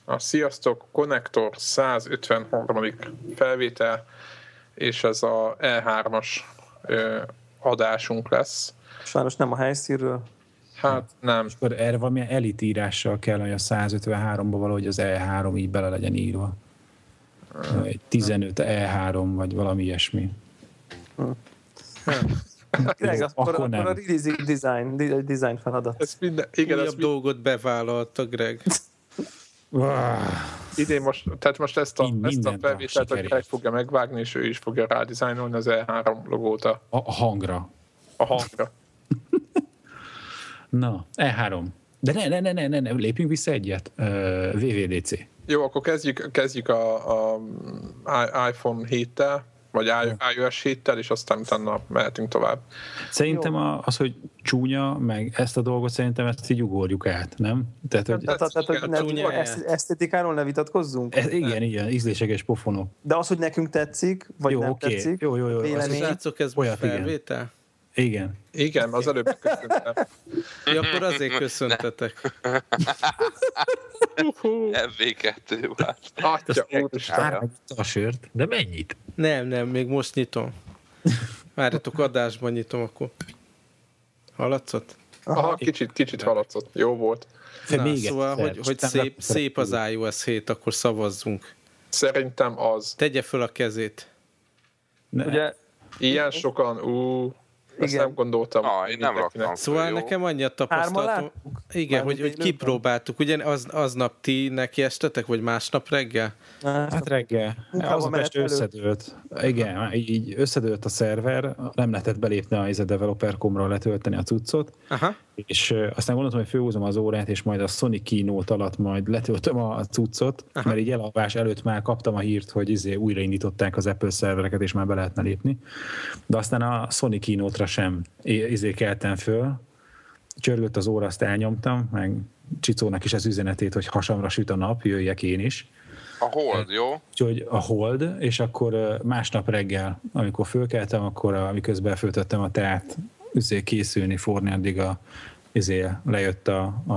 Sziasztok, Konnektor 153. felvétel, és ez a E3-as adásunk lesz. Sajnos nem a helyszínről. Hát nem. És akkor erre valamilyen elitírással kell, hogy a 153-ba valahogy az E3 így bele legyen írva. Egy 15 E3, vagy valami ilyesmi. Greg, akkor a nem. release design feladat. Ez minden, igen, újabb dolgot bevállalta Greg. Idén most ezt a felvételt sikerét. Greg fogja megvágni, és ő is fogja rádizájnolni az E3 logót a hangra. hangra. Na, E3. De ne, lépjünk vissza egyet. VVDC. Jó, akkor kezdjük a iPhone 7-tel, vagy iOS 7-tel, és aztán utána mehetünk tovább. Szerintem az, hogy csúnya, meg ezt a dolgot szerintem ezt így ugorjuk át, nem? Tehát, hogy esztetikáról ne vitatkozzunk? Igen, ízléseges pofonok. De az, hogy nekünk tetszik, vagy jó, nem okay. tetszik. Jó. Srácok, ez most felvétel? Igen, az előbb köszöntem. Ja, akkor azért köszöntetek. MV2 vált. Atya, úristen. A sört, de mennyit? Nem, még most nyitom. Várjatok, adásban nyitom akkor. Hallatszott? Aha, kicsit hallatszott. Jó volt. Na, szóval, hogy szép az iOS 7, akkor szavazzunk. Szerintem az. Tegye föl a kezét. Ugye, ilyen sokan, ezt nem gondoltam. Én nem raktam. Szóval nekem annyi a tapasztalatom. Igen, hogy kipróbáltuk. Ugye aznap ti neki estetek, vagy másnap reggel? Hát reggel. Aznap este összedőlt. Igen, így összedőlt a szerver, nem lehetett belépni a developer.com-ra letölteni a cuccot. Aha. És aztán gondoltam, hogy fölhúzom az órát, és majd a Sony Keynote alatt majd letöltöm a cuccot, mert így elalvás előtt már kaptam a hírt, hogy újraindították az Apple szervereket, és már be lehetne lépni. De aztán a Sony Keynote-ra sem keltem föl. Csörgött az óra, azt elnyomtam, meg Csicónak is az üzenetét, hogy hasamra süt a nap, jöjjek én is. A Hold, jó? Úgyhogy a Hold, és akkor másnap reggel, amikor fölkeltem, akkor miközben föltöttem a teát, készülni, forni, addig lejött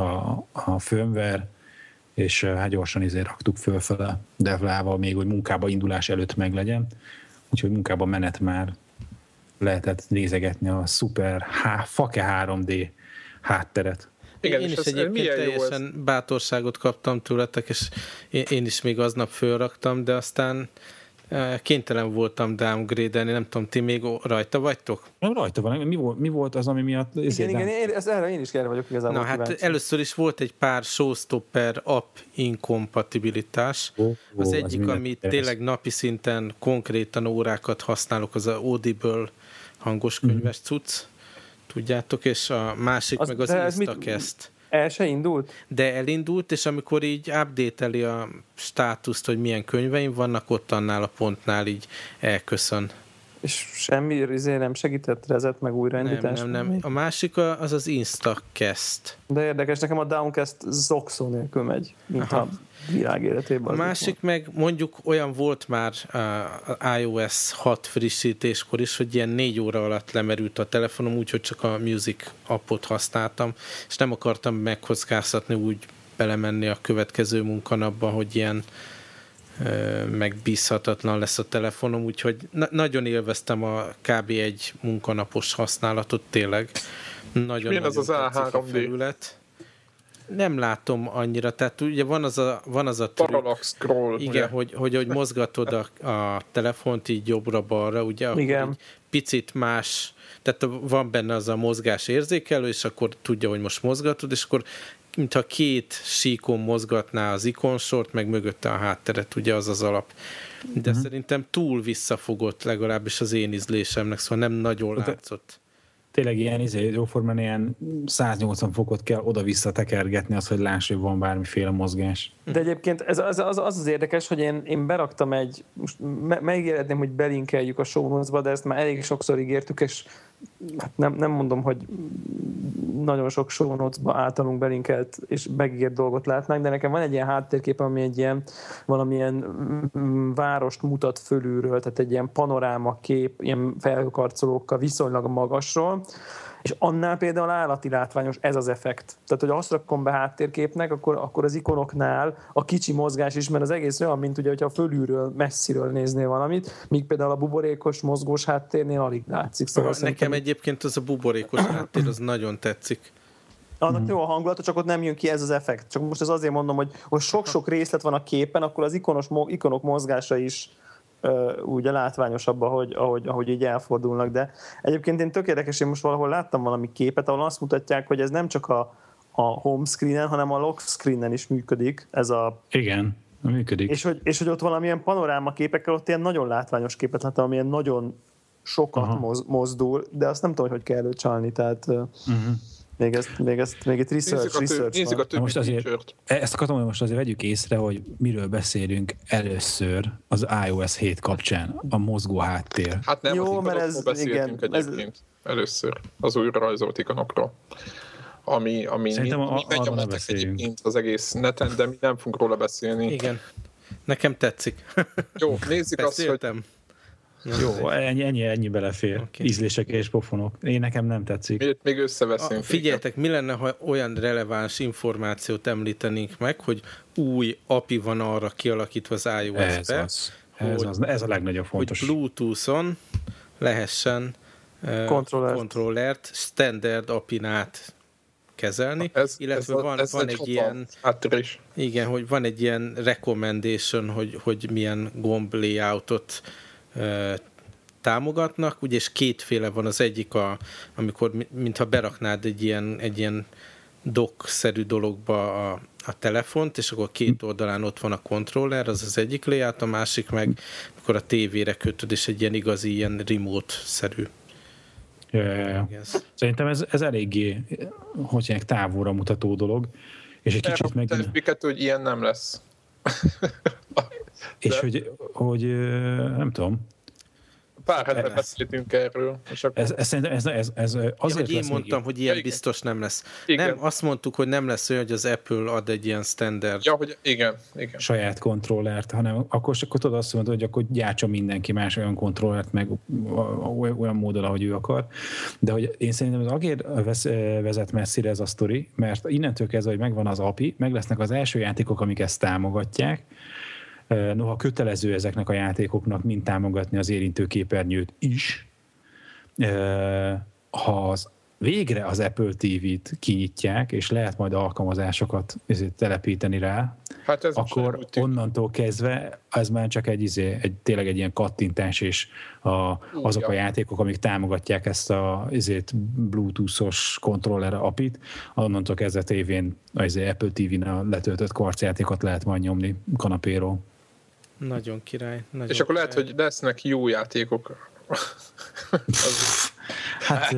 a firmware, és hát gyorsan raktuk fölfele devlával, még hogy munkába indulás előtt meglegyen. Úgyhogy munkában menet már lehetett nézegetni a szuper Fake 3D hátteret. Igen, én is egyébként teljesen bátorságot kaptam tőletek, és én is még aznap fölraktam, de aztán kénytelen voltam downgrade-elni, nem tudom, ti még rajta vagytok? Nem rajta van, mi volt az, ami miatt... Igen, erre én is erre vagyok igazából. Na hát először is volt egy pár showstopper app inkompatibilitás. Az egyik, ami tényleg napi szinten konkrétan órákat használok, az a Audible hangos könyves cucc, tudjátok, és a másik meg az Instacast. El se indult? De elindult, és amikor így update-eli a státuszt, hogy milyen könyveim vannak, ott annál a pontnál így elköszön. És semmi nem segített rezet meg újraindítás? Nem. A másik az Instacast. De érdekes, nekem a Downcast zokszó nélkül megy, mint a világ életében. A másik meg mondjuk olyan volt már iOS 6 frissítéskor is, hogy ilyen 4 óra alatt lemerült a telefonom, úgyhogy csak a Music appot használtam, és nem akartam megkockáztatni úgy belemenni a következő munkanapba, hogy ilyen megbízhatatlan lesz a telefonom, úgyhogy nagyon élveztem a kb. Egy munkanapos használatot, tényleg. Nagyon az A3D? felület. Nem látom annyira, tehát ugye van az a Parallax scroll. Igen, hogy mozgatod a telefont így jobbra-balra, ugye, akkor így picit más, tehát van benne az a mozgás érzékelő, és akkor tudja, hogy most mozgatod, és akkor mintha 2 síkon mozgatná az ikonsort, meg mögötte a hátteret, ugye az az alap. De szerintem túl visszafogott legalábbis az én ízlésemnek, szóval nem nagyon látszott. Tényleg ilyen jóformán ilyen 180 fokot kell oda-vissza tekergetni az, hogy láss, hogy van bármiféle mozgás. De egyébként az érdekes, hogy én beraktam most megígérném, hogy belinkeljük a show notes-ba, de ezt már elég sokszor ígértük, és hát nem mondom, hogy nagyon sok show notes-ba általunk belinkelt és megígért dolgot látnánk, de nekem van egy ilyen háttérkép, ami egy ilyen valamilyen várost mutat fölülről, tehát egy ilyen panoráma kép, ilyen felhőkarcolókkal viszonylag magasról, és annál például állati látványos ez az effekt. Tehát, hogy azt rakom be háttérképnek, akkor az ikonoknál a kicsi mozgás is, mert az egész olyan, mint ugye, hogyha fölülről, messziről néznél valamit, míg például a buborékos, mozgós háttérnél alig látszik. Szóval nekem egyébként az a buborékos háttér, az nagyon tetszik. Annak jó a hangulata, csak ott nem jön ki ez az effekt. Csak most ez azért mondom, hogy sok-sok részlet van a képen, akkor az ikonok mozgása is ugye látványosabb, ahogy így elfordulnak, de egyébként én tök érdekes, én most valahol láttam valami képet, ahol azt mutatják, hogy ez nem csak a home screenen, hanem a lock screenen is működik. Ez a... Igen, működik. És hogy ott valamilyen panoráma képekkel, ott ilyen nagyon látványos képet láttam, amilyen nagyon sokat mozdul, de azt nem tudom, hogy kell előcsalni, tehát... Még itt research nézzük a többi most azért, ezt akartam, hogy most azért vegyük észre, hogy miről beszélünk először az iOS 7 kapcsán, a mozgó háttér. Hát nem, jó, mert ez beszéltünk egyébként először az újra rajzolt ikonokról. Ami megnyomattak egyébként az egész neten, de mi nem fogunk róla beszélni. Igen, nekem tetszik. Jó, nézzük azt, hogy... Jó, ennyi belefér. Okay. Ízlések és pofonok. Én nekem nem tetszik. Még összeveszünk. Figyeljetek, mi lenne, ha olyan releváns információt említenénk meg, hogy új API van arra kialakítva az iOS-be. Ez a legnagyobb fontos. Hogy Bluetooth-on lehessen kontrollert standard API-n át kezelni, illetve van egy ilyen igen, hogy van egy ilyen recommendation, hogy milyen gomb layoutot támogatnak, ugye, és kétféle van, az egyik amikor mintha beraknád egy ilyen dock-szerű dologba a telefont, és akkor két oldalán ott van a controller, az egyik layout, a másik meg, amikor a tévére kötöd, és egy ilyen igazi, ilyen remote-szerű. Szerintem ez eléggé, hogy távolra mutató dolog, és egy kicsit megint... hogy ilyen nem lesz. És hogy nem tudom. Pár hetet beszéltünk erről. Ez azért én mondtam, hogy ilyen biztos nem lesz. Igen. Nem, azt mondtuk, hogy nem lesz olyan, hogy az Apple ad egy ilyen standard. Ja, hogy igen. Saját kontrollert, hanem akkor tudod azt mondani, hogy akkor gyártsa mindenki más olyan kontrollert, meg olyan módon, ahogy ő akar. De hogy én szerintem az agér vezet messzire ez a sztori, mert innentől kezdve, hogy megvan az API, meg lesznek az első játékok, amik ezt támogatják. Noha kötelező ezeknek a játékoknak mind támogatni az érintőképernyőt is, ha végre az Apple TV-t kinyitják, és lehet majd alkalmazásokat telepíteni rá, hát akkor onnantól kezdve ez már csak tényleg egy ilyen kattintás, és azok a játékok, amik támogatják ezt a Bluetooth-os kontroller API-t, onnantól kezdve tévén az Apple TV-n letöltött kvarcjátékot lehet majd nyomni kanapéról. Nagyon király. Nagyon és akkor lehet, hogy lesznek jó játékok. Hát...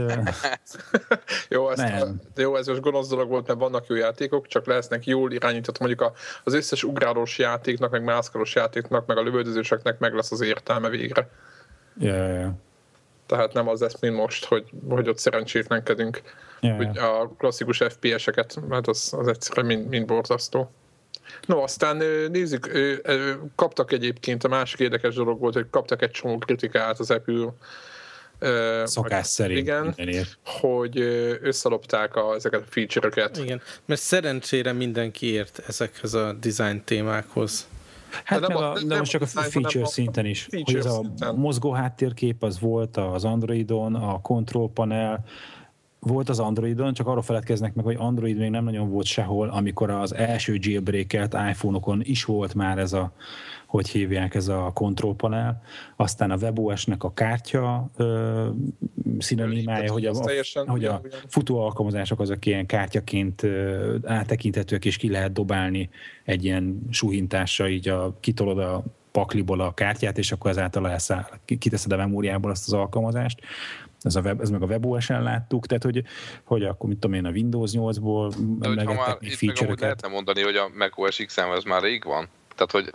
jó, ez most gonosz dolog volt, mert vannak jó játékok, csak lesznek jól irányított. Mondjuk az összes ugrálós játéknak, meg mászkálós játéknak, meg a lövöldözéseknek meg lesz az értelme végre. Yeah. Tehát nem az lesz, mint most, hogy ott szerencsétlenkedünk. Hogy a klasszikus FPS-eket, mert az egyszerűen mind borzasztó. No, aztán nézzük, kaptak egyébként, a másik érdekes dolog volt, hogy kaptak egy csomó kritikát az Apple. Szokás szerint. Igen, hogy összelopták ezeket a feature-öket. Igen, mert szerencsére mindenki ért ezekhez a design témákhoz. Hát de most csak a feature szinten is. Hogy ez a mozgó háttérkép az volt az Androidon, a control panel, volt az Androidon, csak arról feledkeznek meg, hogy Android még nem nagyon volt sehol, amikor az első jailbreakelt iPhone-okon is volt már ez a, hogy hívják, ez a control panel. Aztán a WebOS-nek a kártya szinonimája, hogy a futó alkalmazások azok ilyen kártyaként áttekinthetőek, és ki lehet dobálni egy ilyen suhintással, így kitolod a pakliból a kártyát, és akkor ezáltal kiteszed a memóriából azt az alkalmazást. Ez meg a WebOS-en láttuk, tehát hogy akkor mit tudom én, a Windows 8-ból megettek még feature-öket. Lehetne mondani, hogy a macOS X-en ez már rég van? Tehát, hogy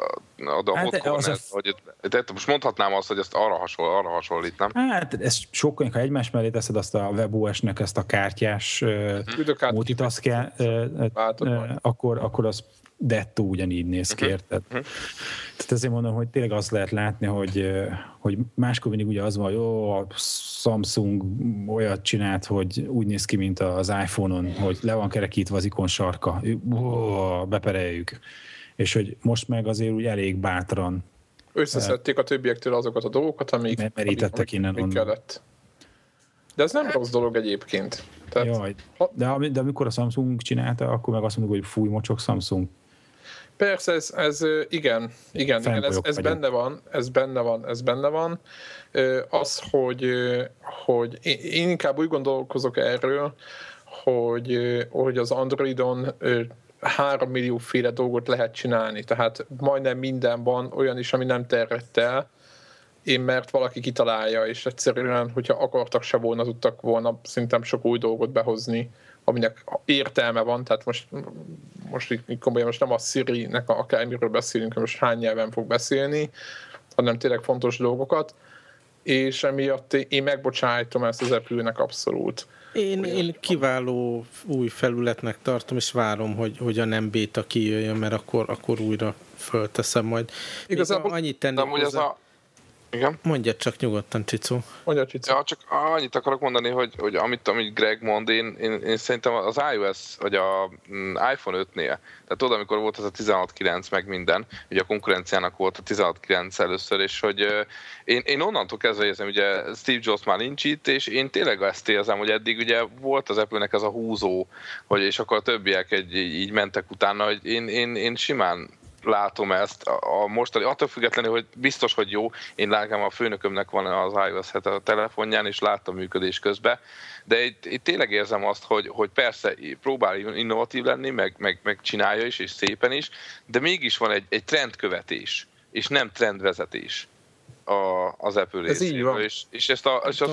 most mondhatnám azt, hogy ezt arra hasonlít, nem? Hát ez sokkal, ha egymás mellé teszed azt a WebOS-nek ezt a kártyás multitask akkor az dettó ugyanígy néz ki, érted? Tehát ezért mondom, hogy tényleg azt lehet látni, hogy máskor mindig ugye az van, jó, a Samsung olyat csinált, hogy úgy néz ki, mint az iPhone-on, hogy le van kerekítve az ikon sarka. Bepereljük. És hogy most meg azért úgy elég bátran összeszedték a többiektől azokat a dolgokat, amik kellett. De ez nem rossz dolog egyébként. Tehát, jaj, de amikor a Samsung csinálta, akkor meg azt mondjuk, hogy fúj, mocsok Samsung. Persze, ez igen, ez benne van. Az, hogy én inkább úgy gondolkozok erről, hogy az Androidon 3 millió féle dolgot lehet csinálni, tehát majdnem minden van, olyan is, ami nem terjedt el, mert valaki kitalálja, és egyszerűen, hogyha akartak se volna, tudtak volna szerintem sok új dolgot behozni, aminek értelme van, tehát most itt komolyan most nem a Siri-nek akármiről beszélünk, hogy most hány nyelven fog beszélni, hanem tényleg fontos dolgokat, és emiatt én megbocsájtom ezt az Apple-nek abszolút. Én kiváló új felületnek tartom, és várom, hogy a nem béta kijöjjön, mert akkor újra fölteszem majd. Igazából annyit tennék hozzá. Igen. Mondjad csak nyugodtan, Csicó. Ja, csak annyit akarok mondani, hogy amit Greg mond, én szerintem az iOS, vagy a iPhone 5-nél, tehát oda, amikor volt ez a 16.9 meg minden, ugye a konkurenciának volt a 16.9 először, és hogy én onnantól kezdve érzem, ugye Steve Jobs már nincs itt, és én tényleg ezt érzem, hogy eddig ugye volt az Apple-nek ez a húzó, és akkor a többiek így mentek utána, hogy én simán látom ezt a mostani, attól függetlenül, hogy biztos, hogy jó, én látom, a főnökömnek van az iOS 7 a telefonján, és láttam működés közben, de itt tényleg érzem azt, hogy persze próbál innovatív lenni, meg csinálja is, és szépen is, de mégis van egy trendkövetés, és nem trendvezetés az Apple részéről. És ezt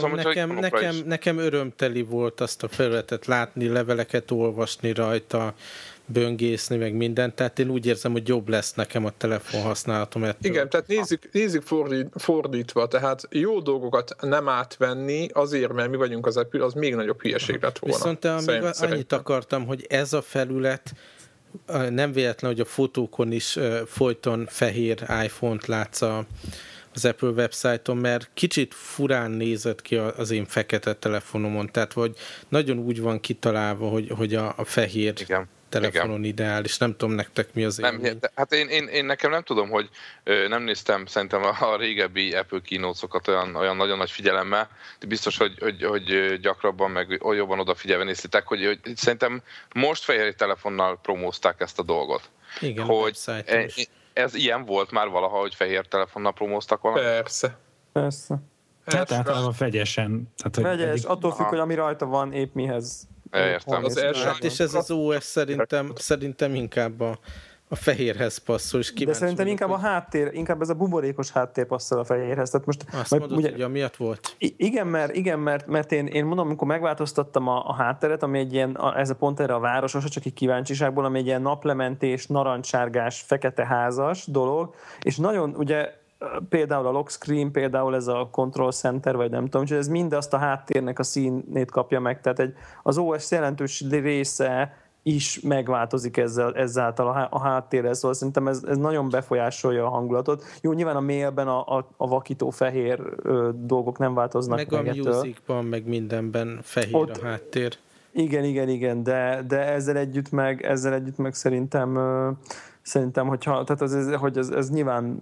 nekem örömteli volt azt a felületet látni, leveleket olvasni rajta, böngészni, meg mindent, tehát én úgy érzem, hogy jobb lesz nekem a telefon használatom ettől. Igen, tehát nézzük fordítva, tehát jó dolgokat nem átvenni azért, mert mi vagyunk az Apple, az még nagyobb hülyeség lett volna. Viszont annyit akartam, hogy ez a felület nem véletlen, hogy a fotókon is folyton fehér iPhone-t látsz az Apple website-on, mert kicsit furán nézett ki az én fekete telefonomon, tehát vagy nagyon úgy van kitalálva, hogy a fehér telefonon ideális. Nem tudom nektek mi az élmény. Hát én nekem nem tudom, hogy nem néztem szerintem a régebbi Apple keynote-okat olyan nagyon nagy figyelemmel, de biztos, hogy gyakrabban meg jobban odafigyelve néztétek, hogy szerintem most fehér telefonnal promózták ezt a dolgot. Igen, hogy ez ilyen volt már valaha, hogy fehér telefonnal promóztak valamit? Persze. Hát általában fegyesen. Vegyes, attól függ, hogy ami rajta van, épp mihez. Értem. És ez az OS szerintem inkább a fehérhez passzol. De szerintem inkább a háttér, inkább ez a buborékos háttér passzol a fehérhez. Tehát most, azt mondod, ugye, hogy amiatt volt? Igen, mert én mondom, amikor megváltoztattam a hátteret, ami egy ilyen, ez a pont erre a városos, csak egy kíváncsiságból, ami egy ilyen naplementés, narancssárgás, fekete házas dolog, és nagyon ugye például a lock screen, például ez a control center, vagy nem tudom, úgyhogy ez mind azt a háttérnek a színét kapja meg, tehát az OS jelentős része is megváltozik ezáltal a háttérrel, szóval szerintem ez nagyon befolyásolja a hangulatot. Jó, nyilván a mailben a vakító fehér dolgok nem változnak meg a musicban, meg mindenben fehér ott, a háttér. Igen, de ezzel együtt meg szerintem, hogyha, tehát hogy ez nyilván,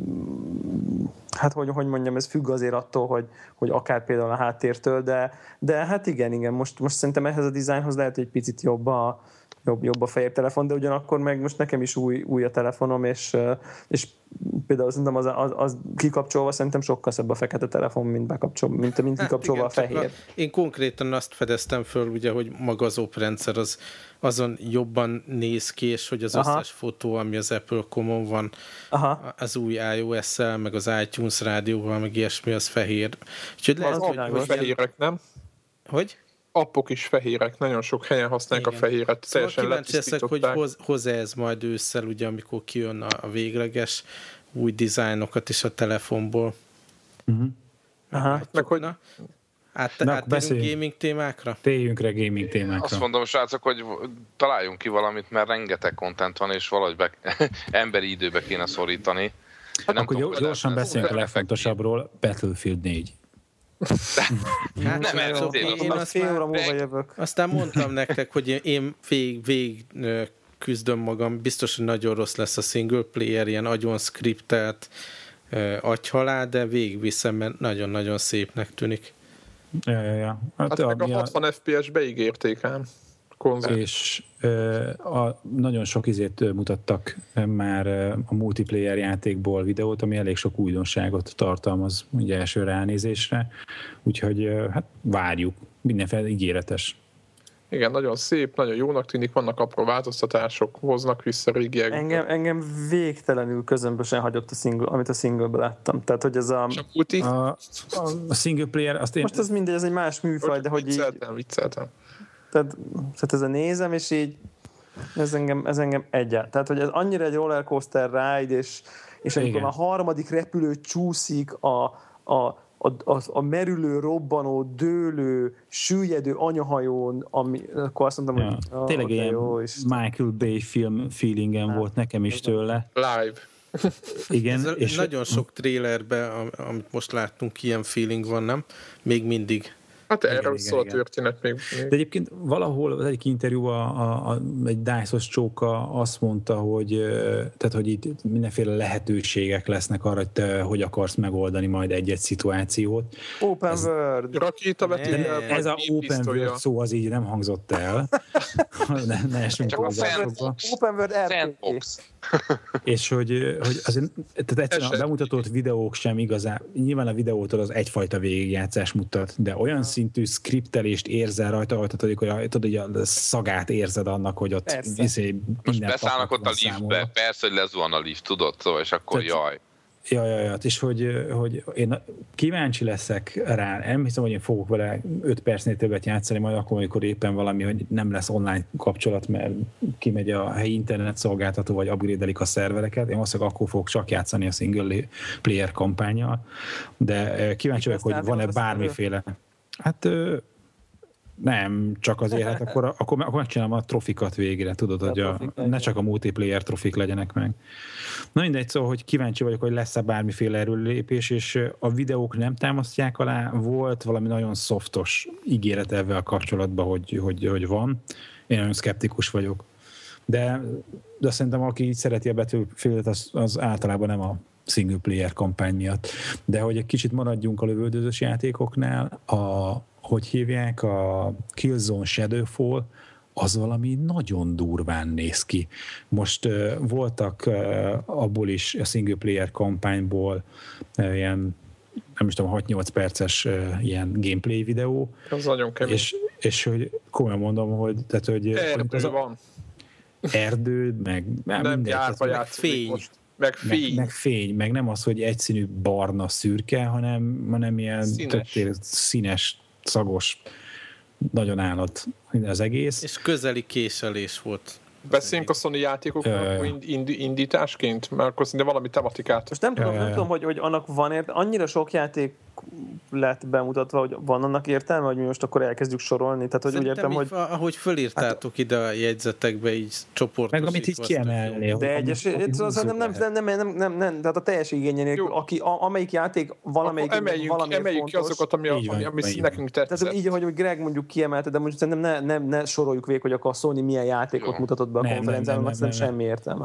hát hogy mondjam, ez függ azért attól, hogy akár például a háttértől, de hát igen, most szerintem ehhez a dizájnhoz lehet, hogy egy picit jobb a fehér telefon, de ugyanakkor meg most nekem is új a telefonom, és például szerintem az kikapcsolva szerintem sokkal szebb a fekete telefon, mint kikapcsolva a fehér. Én konkrétan azt fedeztem föl, ugye, hogy maga az oprendszer azon jobban néz ki, és hogy az összes fotó, ami az Apple.com-on van, az új iOS-szel, meg az iTunes rádióval, meg ilyesmi, az fehér. Úgyhogy lehet, hogy fehérek, nem? Hogy? Appok is fehérek, nagyon sok helyen használják a fehéret. Szóval kíváncsi leszek, hogy hoz ez majd ősszel, ugye, amikor kijön a végleges új dizájnokat is a telefonból. Meg hogy... Áttérünk gaming témákra? Téljünk rá gaming témákra. Azt mondom, srácok, hogy találjunk ki valamit, mert rengeteg content van, és valahogy emberi időbe kéne szorítani. Akkor gyorsan beszéljünk a legfontosabbról, Battlefield 4. Hát nem, én fél óra múlva jövök. Aztán mondtam nektek, hogy én végig küzdöm magam, biztos, hogy nagyon rossz lesz a single player, ilyen agyon skriptelt agyhalál, de végigviszem, mert nagyon-nagyon szépnek tűnik. Ja. Hát meg a 60 FPS beígérték ám. Konzol. És nagyon sok izét mutattak már a multiplayer játékból videót, ami elég sok újdonságot tartalmaz ugye első ránézésre, úgyhogy hát várjuk, mindenféle ígéretes. Igen, nagyon szép, nagyon jónak tűnik, vannak apró változtatások, hoznak vissza régiek. Engem végtelenül közömbösen hagyott a single, amit a singleből láttam. Tehát, hogy ez a single player, azt én... Most az mindegy, ez egy más műfaj, de hogy vicceltem. Tehát ez a nézem, és így ez engem egyáltalán. Tehát, hogy ez annyira egy rollercoaster ride, és amikor a harmadik repülő csúszik a merülő, robbanó, dőlő, süllyedő anyahajón, akkor azt mondtam, hogy tényleg ilyen jó, Michael Bay film feelingem volt nekem is tőle. Live. Igen. És nagyon sok trailerben, amit most láttunk, ilyen feeling van, nem? Még mindig. Hát erről szól a történet még. De egyébként valahol az egyik interjúban egy DICE-os csóka azt mondta, hogy itt mindenféle lehetőségek lesznek arra, hogy te hogy akarsz megoldani majd egy-egy szituációt. Open world. Rakétavetővel. Ez a open world szó az így nem hangzott el. ne esünk hozzá. Open world RPG. És hogy azért, tehát egyszerűen a bemutatott videók sem igazán, nyilván a videótól az egyfajta végigjátszás mutat, de olyan szintű skriptelést érzel rajta, hogy a szagát érzed annak, hogy ott most beszállnak ott a liftbe, persze, hogy lezuhan a lift, tudod, szóval, és akkor jaj. Ja, és hogy én kíváncsi leszek rá, nem hiszem, hogy én fogok vele 5 percnél többet játszani, majd akkor, amikor éppen valami, hogy nem lesz online kapcsolat, mert kimegy a helyi internet szolgáltató, vagy upgrade-elik a szervereket, én valószínűleg akkor fogok csak játszani a single player kampánnyal, de kíváncsi vagyok, hogy van-e bármiféle. Hát nem, csak azért, hát akkor megcsinálom a trofikat végre, tudod, hogy ne csak a multiplayer trofik legyenek meg. Na mindegy, szóval, hogy kíváncsi vagyok, hogy lesz-e bármiféle erőlépés, és a videók nem támasztják alá, volt valami nagyon softos ígéret ezzel kapcsolatban, hogy van. Én nagyon szkeptikus vagyok. De szerintem, aki így szereti a Battlefieldet, az általában nem a single player kampány miatt. De hogy egy kicsit maradjunk a lövöldözős játékoknál, hogy hívják, a Killzone Shadowfall, az valami nagyon durván néz ki. Most voltak abból is a single player kampányból ilyen, nem is tudom, 6-8 perces ilyen gameplay videó. Az nagyon kemény. És hogy komolyan mondom, hogy... Tehát, hogy erdő van. Erdő, meg nem gyárba játszik most. Meg fény, meg nem az, hogy egyszínű barna szürke, hanem ilyen színes, szagos, nagyon állat az egész. És közeli késelés volt. Beszéljünk a Sony játékokról indításként, mert akkor szinte valami tematikát. Most nem tudom, hogy annak van annyira sok játék lett bemutatva, hogy van annak értelme, hogy mi most akkor elkezdjük sorolni. Tehát, hogy úgy értem, hogy... Ahogy fölírtátok ide a jegyzetekbe, így csoportosítva. Meg amit így kiemelni. De egyes, nem, tehát a teljes igénye nélkül, amelyik játék valamelyik emeljük ki azokat, ami nekünk tetszett. Tehát így, hogy Greg mondjuk kiemelte, de most szerintem ne soroljuk végig, hogy akkor a Sony milyen játékot mutatott be a konferencián, mert szerintem semmi értelme.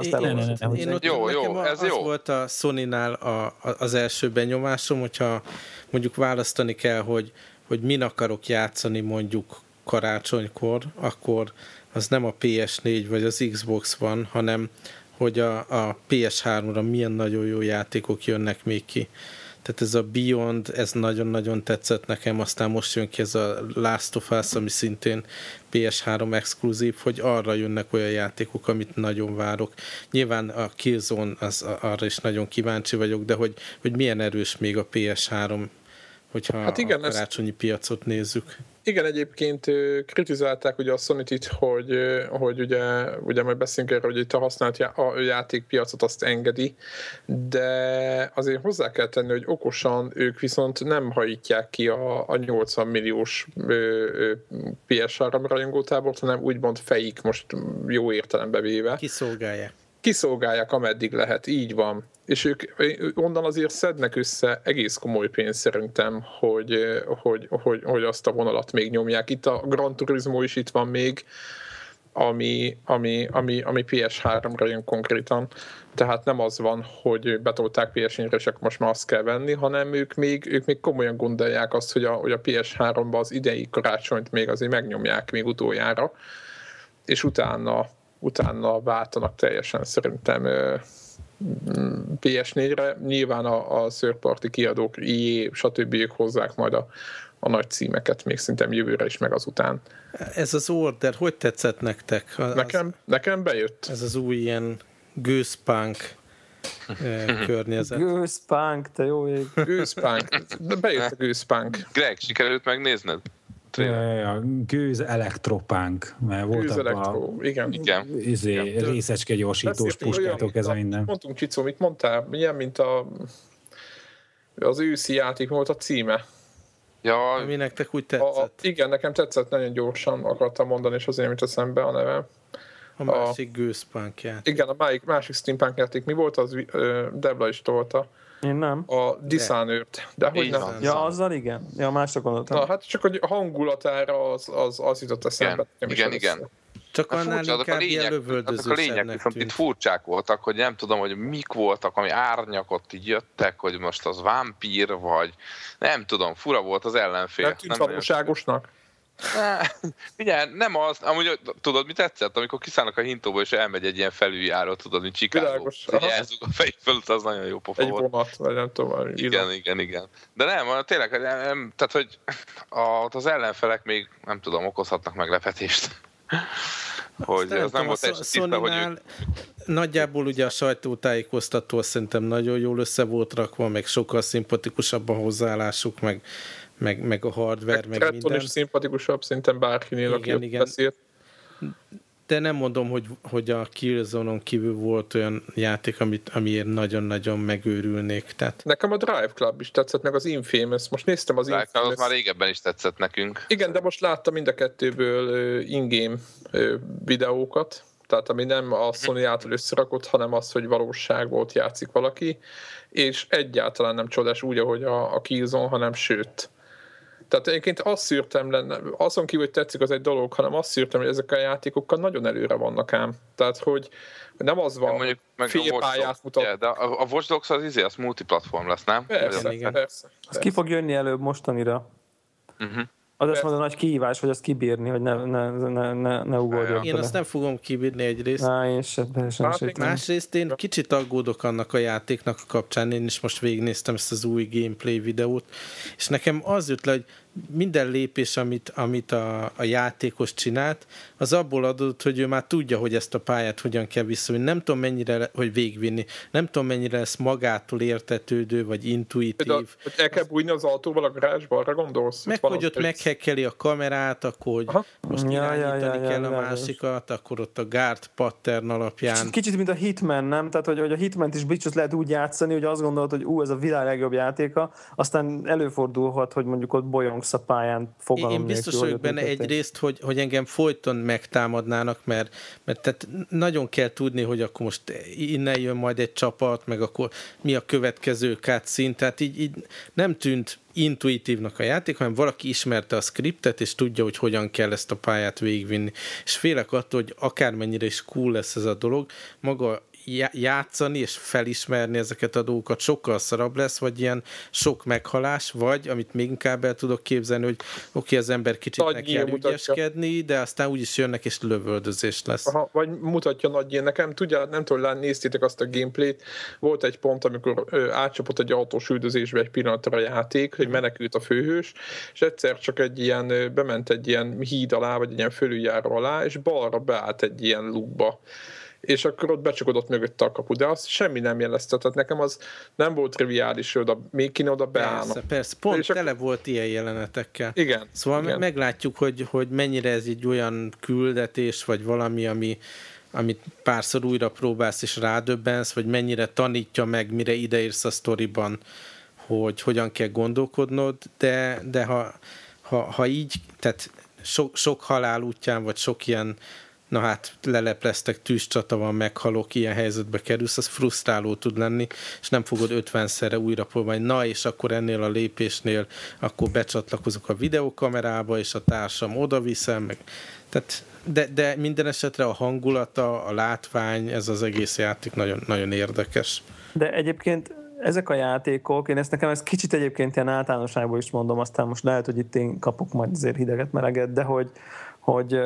Jó, ez jó. Az volt a Sonynál az első benyomásom, hogyha mondjuk választani kell, hogy min akarok játszani mondjuk karácsonykor, akkor az nem a PS4 vagy az Xbox van, hanem hogy a PS3-ra milyen nagyon jó játékok jönnek még ki. Tehát ez a Beyond, ez nagyon-nagyon tetszett nekem, aztán most jön ki ez a Last of Us, ami szintén PS3 exkluzív, hogy arra jönnek olyan játékok, amit nagyon várok. Nyilván a Killzone, arra is nagyon kíváncsi vagyok, de hogy milyen erős még a PS3, hogyha hát igen, a karácsonyi piacot nézzük. Igen, egyébként kritizálták ugye a Sony-t, hogy ugye majd beszélünk erről, hogy itt a használt játékpiacot azt engedi, de azért hozzá kell tenni, hogy okosan ők viszont nem hajítják ki a 80 milliós PS3 rajongótábort, hanem úgymond fejik most jó értelembe véve. Kiszolgálják. kiszolgálják, ameddig lehet, így van. És ők onnan azért szednek össze egész komoly pénzt szerintem, hogy azt a vonalat még nyomják. Itt a Gran Turismo is itt van még, ami PS3-ra jön konkrétan. Tehát nem az van, hogy betolták PS4-re, és akkor most már azt kell venni, hanem ők még komolyan gondolják azt, hogy a PS3-ba az idei karácsonyt még azért megnyomják még utoljára, és utána váltanak teljesen szerintem PS4-re. Nyilván a third-party kiadók, EA, stb. Ők hozzák majd a nagy címeket még szerintem jövőre is, meg azután. Ez az Order, hogy tetszett nektek? Nekem bejött. Ez az új ilyen gőzpunk környezet. Gőzpunk, te jó ég. Gőzpunk. Bejött a gőzpunk. Greg, sikerült megnézned? Ja, gőz elektropunk, mert volt abban igen. részecske gyorsítós puskátok, ez a minden. Mondtunk, Csicó, mit mondtál? Milyen, mint az őszi játék volt a címe? Ja, ami nektek úgy tetszett? Igen, nekem tetszett, nagyon gyorsan akartam mondani, és azért mit eszembe a neve. A másik gőzpunk játék. Igen, a másik steampunk játék. Mi volt az? Debla is tolta. Én nem. A Dishonored. De hogy nem? Ja, azzal igen. Ja, másra gondoltam. Na, hát csak hogy a hangulatára az jutott eszembe. Igen. Csak annál inkább ilyen lövöldözősebbnek a lények viszont itt furcsák voltak, hogy nem tudom, hogy mik voltak, ami árnyakot így jöttek, hogy most az vámpír, vagy nem tudom, fura volt az ellenfél. Nem tűnt valóságosnak? Ugye, nem az, amúgy tudod, mi tetszett? Amikor kiszállnak a hintóból, és elmegy egy ilyen felüljáró, tudod, mint Chicago. Ugye elzug a fejük fölött, az nagyon jó pofa volt. Egy vonat, vagy nem tudom. Igen. De nem, tényleg, tehát, hogy az ellenfelek még, nem tudom, okozhatnak meglepetést. Hogy ez nem volt teljesen tiszta, hogy ők... Nagyjából ugye a sajtótájékoztató szerintem nagyon jól össze volt rakva, meg sokkal szimpatikusabb a hozzáállásuk, meg a hardware, meg minden. És szimpatikusabb szerintem bárkinél, aki beszélt. De nem mondom, hogy a Killzone-on kívül volt olyan játék, amiért nagyon-nagyon megőrülnék. Tehát... Nekem a Drive Club is tetszett, meg az Infamous. Most néztem az Infamous. Az már régebben is tetszett nekünk. Igen, de most láttam mind a kettőből in-game videókat. Tehát ami nem a Sony által összerakott, hanem az, hogy valóságból játszik valaki. És egyáltalán nem csodás úgy, ahogy a Killzone, hanem sőt. Tehát egyébként azt szűrtem lenne, azon kívül, hogy tetszik, az egy dolog, hanem azt szűrtem, hogy ezek a játékokkal nagyon előre vannak ám. Tehát, hogy nem az van, fél pályát mutat. Yeah, de a Watch Dogs az multiplatform lesz, nem? Persze. Az ki fog jönni előbb mostanira. Az lesz majd a nagy kihívás, hogy azt kibírni, hogy ne ugorjon. Én azt nem fogom kibírni egyrészt. Másrészt én kicsit aggódok annak a játéknak a kapcsán. Én is most végignéztem ezt az új gameplay videót, és nekem az jött le, hogy minden lépés, amit a játékos csinált, az abból adott, hogy ő már tudja, hogy ezt a pályát hogyan kell visszavinni. Nem tudom mennyire, hogy végvinni. Nem tudom mennyire lesz magától értetődő, vagy intuitív. Hogy el kell bújni az autóval a garázsba, arra gondolsz? Meg hogy ott meghekkeli a kamerát, akkor hogy most irányítani kell a másikat, akkor ott a guard pattern alapján. Kicsit, mint a Hitman, nem? Tehát, hogy a Hitman-t is biztos lehet úgy játszani, hogy azt gondolod, hogy ez a világ legjobb játéka, aztán előfordulhat, hogy mondjuk ott bolyongsz a pályán fogalom nélkül. Én biztos vagyok benne egyrészt, hogy engem folyton megtámadnának, mert tehát nagyon kell tudni, hogy akkor most innen jön majd egy csapat, meg akkor mi a következő cutscene, tehát így nem tűnt intuitívnak a játék, hanem valaki ismerte a skriptet, és tudja, hogy hogyan kell ezt a pályát végigvinni. És félek attól, hogy akármennyire is cool lesz ez a dolog, maga játszani és felismerni ezeket a dolgokat sokkal szarabb lesz, vagy ilyen sok meghalás, vagy amit még inkább el tudok képzelni, hogy oké, az ember kicsit meg kell ügyeskedni, de aztán úgyis jönnek és lövöldözés lesz. Aha, vagy mutatja nagy nekem, nem tudom, néztétek azt a gameplayt, volt egy pont, amikor átcsapott egy autós üldözésbe egy pillanatra a játék, hogy menekült a főhős, és egyszer csak bement egy ilyen híd alá, vagy egy ilyen fölüljáró alá, és balra beállt egy ilyen lukba. És akkor ott becsakodott mögötte a kapu, de azt semmi nem jelezte, tehát nekem az nem volt triviális, hogy még kéne oda beállnom. Persze, pont tele volt ilyen jelenetekkel. Igen. Szóval igen. Meglátjuk, hogy mennyire ez egy olyan küldetés, vagy valami, amit párszor újra próbálsz és rádöbbensz, vagy mennyire tanítja meg, mire ideérsz a sztoriban, hogy hogyan kell gondolkodnod, de ha így, tehát sok halál útján, vagy sok ilyen na hát lelepleztek, tűzcsata van, meghalok, ilyen helyzetbe kerülsz, az frusztráló tud lenni, és nem fogod 50-szerre újra próbálni. Na, és akkor ennél a lépésnél akkor becsatlakozok a videókamerába, és a társam oda viszem, meg. Tehát, de minden esetre a hangulata, a látvány, ez az egész játék nagyon, nagyon érdekes. De egyébként ezek a játékok, nekem ez kicsit egyébként ilyen általánosságból is mondom, aztán most lehet, hogy itt én kapok majd azért hideget, meleget, de hogy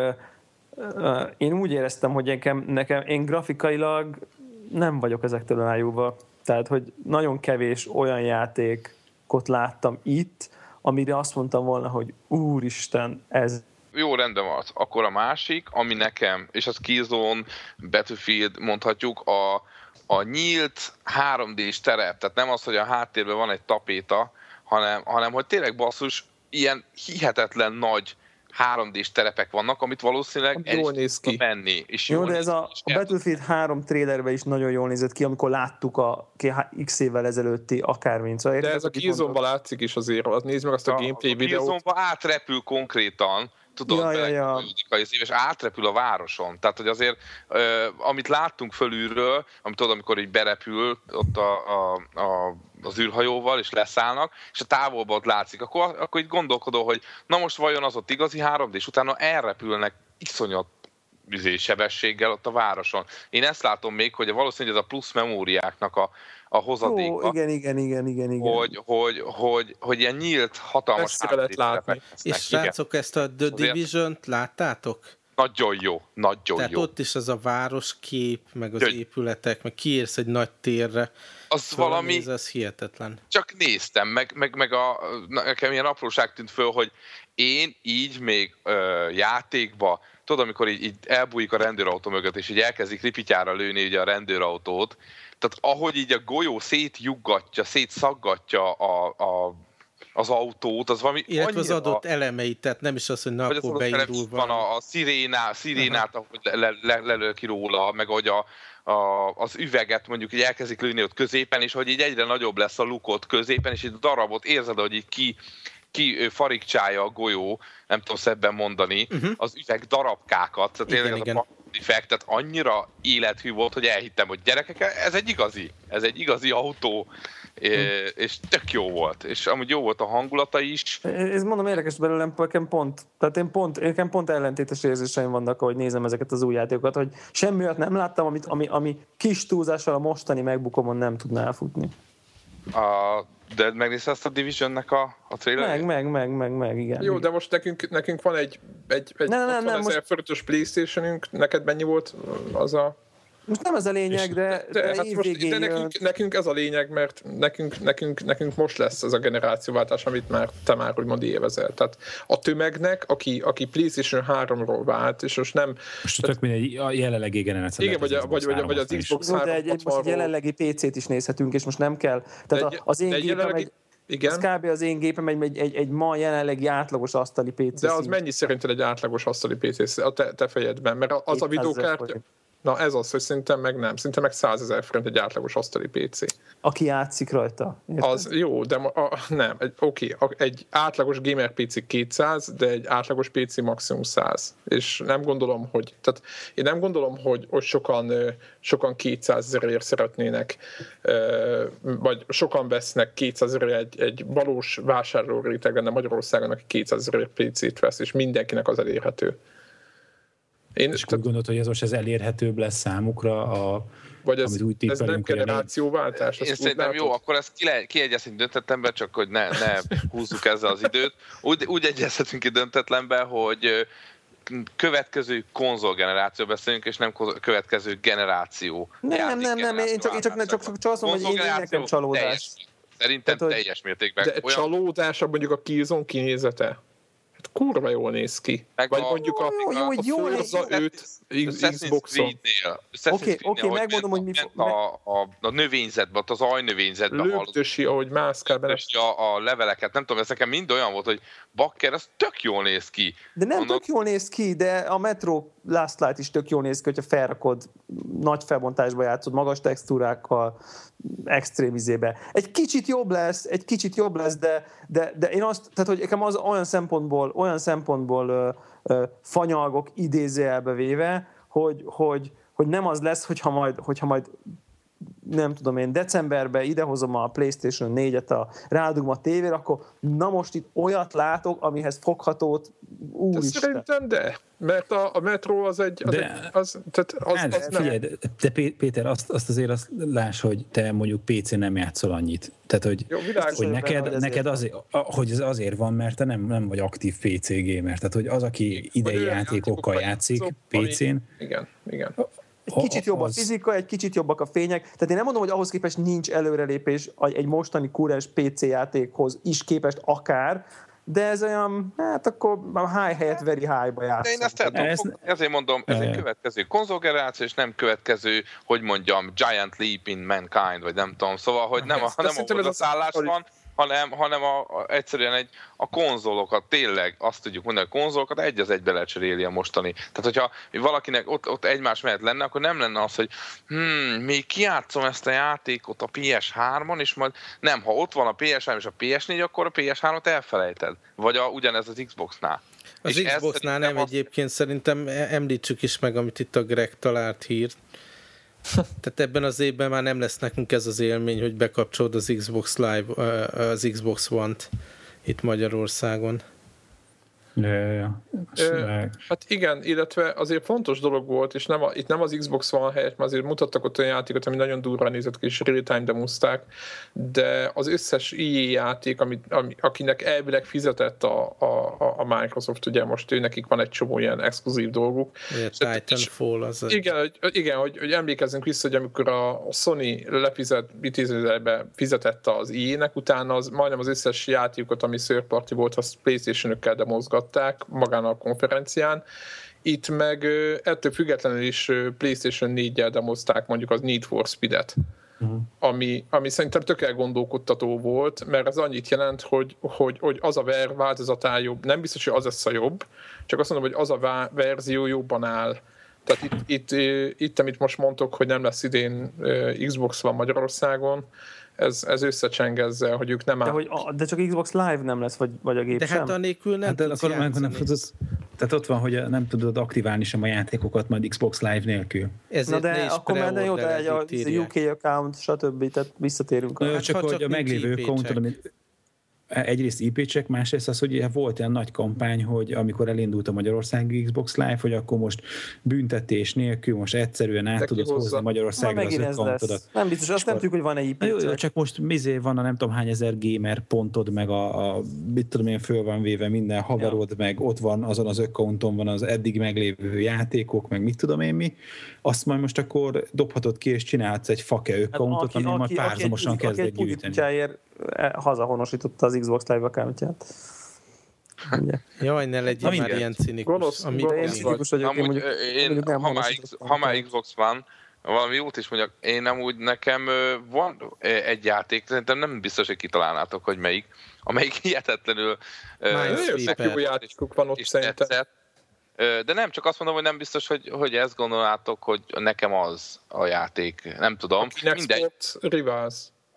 én úgy éreztem, hogy nekem én grafikailag nem vagyok ezektől elájulva. Tehát, hogy nagyon kevés olyan játékot láttam itt, amire azt mondtam volna, hogy úristen, ez... Jó, rendben van. Akkor a másik, ami nekem, és az Killzone, Battlefield mondhatjuk, a nyílt 3D-s terep, tehát nem az, hogy a háttérben van egy tapéta, hanem hogy tényleg basszus, ilyen hihetetlen nagy 3D-s terepek vannak, amit valószínűleg el is tud menni. És jó, de ez a Battlefield 3 trailerben is nagyon jól nézett ki, amikor láttuk a x évvel ezelőtti akármint. Szóval de ez a Killzone-ban látszik is azért, nézd meg azt a gameplay videót. A Killzone-ban átrepül konkrétan, tudod, és átrepül a városon. Tehát, hogy azért, amit láttunk fölülről, amit tudod, amikor így berepül ott az űrhajóval, és leszállnak, és a távolban ott látszik, akkor így gondolkodó, hogy na most vajon az ott igazi 3D, és utána elrepülnek iszonyat sebességgel ott a városon. Én ezt látom még, hogy valószínűleg ez a plusz memóriáknak a hozadéka. Igen. Hogy ilyen nyílt, hatalmas lehet látni. És srácok, ezt a The Division-t láttátok? Nagyon jó. Tehát ott is az a városkép, meg az épületek, meg kiérsz egy nagy térre. Az valami... az hihetetlen. Csak néztem, meg nekem ilyen apróság tűnt föl, hogy én így még játékba, tudod, amikor így elbújik a rendőrautó mögött, és így elkezdik ripityára lőni ugye a rendőrautót, tehát ahogy így a golyó szétszaggatja az autót, az valami illetve annyira... az adott elemeit, tehát nem is az, hogy akkor beindul van a szirénát, ahogy lelő ki róla, meg ahogy az üveget mondjuk így elkezdik lőni ott középen, és hogy így egyre nagyobb lesz a lukot középen, és így a darabot érzed, hogy így ki farigcsálja a golyó, nem tudom szebben mondani, az üveg darabkákat, tehát tényleg ez a effekt, tehát annyira élethű volt, hogy elhittem, hogy gyerekek, ez egy igazi autó, és tök jó volt, és amúgy jó volt a hangulata is. Ez mondom érdekes belőlem, nekem pont ellentétes érzéseim vannak, ahogy nézem ezeket az új játékokat, hogy semmi olyat nem láttam, ami kis túlzással a mostani MacBookomon nem tudná elfutni. De megnézte ezt a Division-nek a trailer? Meg, igen. Jó, de most nekünk van egy 60 000 forintos PlayStation-ünk, neked mennyi volt az a... Most nem ez a lényeg, de nekünk ez a lényeg, mert nekünk most lesz ez a generációváltás, amit te már úgymond évezel. Tehát a tömegnek, aki PlayStation 3-ról vált, és most nem... Most tök mindegy, a jelenlegi generáció. Igen, vagy az Xbox 360-ról. Most egy jelenlegi PC-t is nézhetünk, és most nem kell. Tehát az én gépem igen. Ez kb. Az én gépem egy ma jelenlegi átlagos asztali PC. De az mennyi szerinted egy átlagos asztali PC a te fejedben? Mert az a videókártya... Na ez az, hogy szerintem meg 100 000 forint egy átlagos asztali PC. Aki játszik rajta. Érted? Az jó, de egy átlagos gamer PC 200, de egy átlagos PC maximum 100. És nem gondolom, hogy sokan 200 000-ért szeretnének, vagy sokan vesznek 200 000-ért egy valós vásárló rétegben, de Magyarországon, aki 200 000-ért PC-t vesz, és mindenkinek az elérhető. És úgy gondolod, hogy ez elérhetőbb lesz számukra, vagy ez nem generációváltás? Én szerintem jó, akkor ezt kiegyezhetünk döntetlenbe, csak hogy ne húzzuk ezzel az időt. Úgy egyezhetünk ki döntetlenbe, hogy következő konzolgeneráció beszélünk, és nem következő generáció. Nem, én csak azt mondom, hogy én nekem csalódás. Szerintem teljes mértékben. De csalódás mondjuk a Killzone kinézete? Kurva jól néz ki. Vagy mondjuk a Forza 5 Xbox-on. Oké, megmondom, hogy mi a növényzetben, az ajnövényzetben lögdösi, ahogy mászkál bele. A leveleket, nem tudom, ez nekem mind olyan volt, hogy bakker, ez tök jól néz ki. De nem tök jól néz ki, de a Metro Last Light is tök jól néz ki, hogyha felrakod, nagy felbontásba játszod, magas textúrákkal, extrém izébe. Egy kicsit jobb lesz, de én azt, tehát hogy nekem az olyan szempontból fanyalgok idézőjelbe véve, hogy nem az lesz, hogyha majd nem tudom én, decemberben idehozom a PlayStation 4-et, rádugom a tévére, akkor na most itt olyat látok, amihez foghatót, úristen. Szerintem mert a Metro az egy... Figyelj, de Péter, azt azért láss, hogy te mondjuk PC-n nem játszol annyit. Tehát, hogy, jó, hogy neked azért van, mert te nem vagy aktív PC gamer. Tehát, hogy az, aki idei játékokkal játszik PC-n... Igen. Egy kicsit jobb a fizika, egy kicsit jobbak a fények. Tehát én nem mondom, hogy ahhoz képest nincs előrelépés egy mostani kurás PC játékhoz is képest akár, de ez olyan, hát akkor a high helyett very high-ba játszom. De én ezt ezért mondom, ez egy következő konzolgeneráció, és nem következő, hogy mondjam, giant leap in mankind, vagy nem tudom. Szóval, hogy nem a szállás van, hanem egyszerűen a konzolokat, tényleg azt tudjuk mondani, a konzolokat egy az egybe lecseréli a mostani. Tehát, hogyha valakinek ott egymás mellett lenne, akkor nem lenne az, hogy még kijátszom ezt a játékot a PS3-on, és majd nem, ha ott van a PS3 és a PS4, akkor a PS3-ot elfelejted. Vagy ugyanez az Xbox-nál. Az Xbox-nál nem egyébként szerintem említsük is meg, amit itt a Greg talált hírt. Tehát ebben az évben már nem lesz nekünk ez az élmény, hogy bekapcsolod az Xbox Live, az Xbox One-t itt Magyarországon. Hát igen, illetve azért fontos dolog volt, és itt nem az Xbox One helyett, mert azért mutattak ott olyan játékot, ami nagyon durván nézett ki, és real-time demozták, de az összes EA játék, akinek elvileg fizetett a Microsoft, ugye most nekik van egy csomó ilyen exkluzív dolguk. Titanfall az. Igen, hogy emlékezzünk vissza, hogy amikor a Sony fizetett az EA-nek, utána majdnem az összes játékot, ami third party volt, azt PlayStation-ökkel demozgatták magán a konferencián. Itt meg ettől függetlenül is PlayStation 4-jel demozták mondjuk az Need for Speed-et, ami szerintem tök elgondolkodtató volt, mert ez annyit jelent, hogy az a változatál jobb. Nem biztos, hogy az lesz a jobb, csak azt mondom, hogy az a verzió jobban áll. Tehát itt amit most mondtok, hogy nem lesz idén Xbox van Magyarországon, ez összecseng ezzel, hogy ők nem áll. De csak Xbox Live nem lesz, vagy a gép de sem? hát anélkül nem tudsz játszani. Tehát ott van, hogy nem tudod aktiválni sem a játékokat majd Xbox Live nélkül. Na de akkor már jó, de a UK account, stb. Tehát visszatérünk. Csak hogy a meglévő account, amit egyrészt IP-csek, másrészt az, hogy volt olyan nagy kampány, hogy amikor elindult a Magyarországi Xbox Live, hogy akkor most büntetés nélkül, most egyszerűen át tudod hozni Magyarországra az accountodat. Nem biztos, azt nem tudjuk, hogy van-e IP-csek. Jó, csak most van a nem tudom hány ezer gamer pontod, meg mit tudom én, föl van véve minden haverod, meg ott van azon az accounton van az eddig meglévő játékok, meg mit tudom én mi. Azt majd most akkor dobhatod ki, és csinálhatsz egy fake accountot, ami majd párhuzamosan kezd gyűjteni. Hazahonosította az Xbox Live accountját. Jaj, ne legyél már ilyen cinikus. Ha már Xbox van, valami jót is mondjak, én amúgy nekem van egy játék, szerintem nem biztos, hogy kitalálnátok, hogy amelyik hihetetlenül jó játékok van ott szerintem. De nem, csak azt mondom, hogy nem biztos, hogy ezt gondolnátok, hogy nekem az a játék. Nem tudom. Mindegy. Rivals.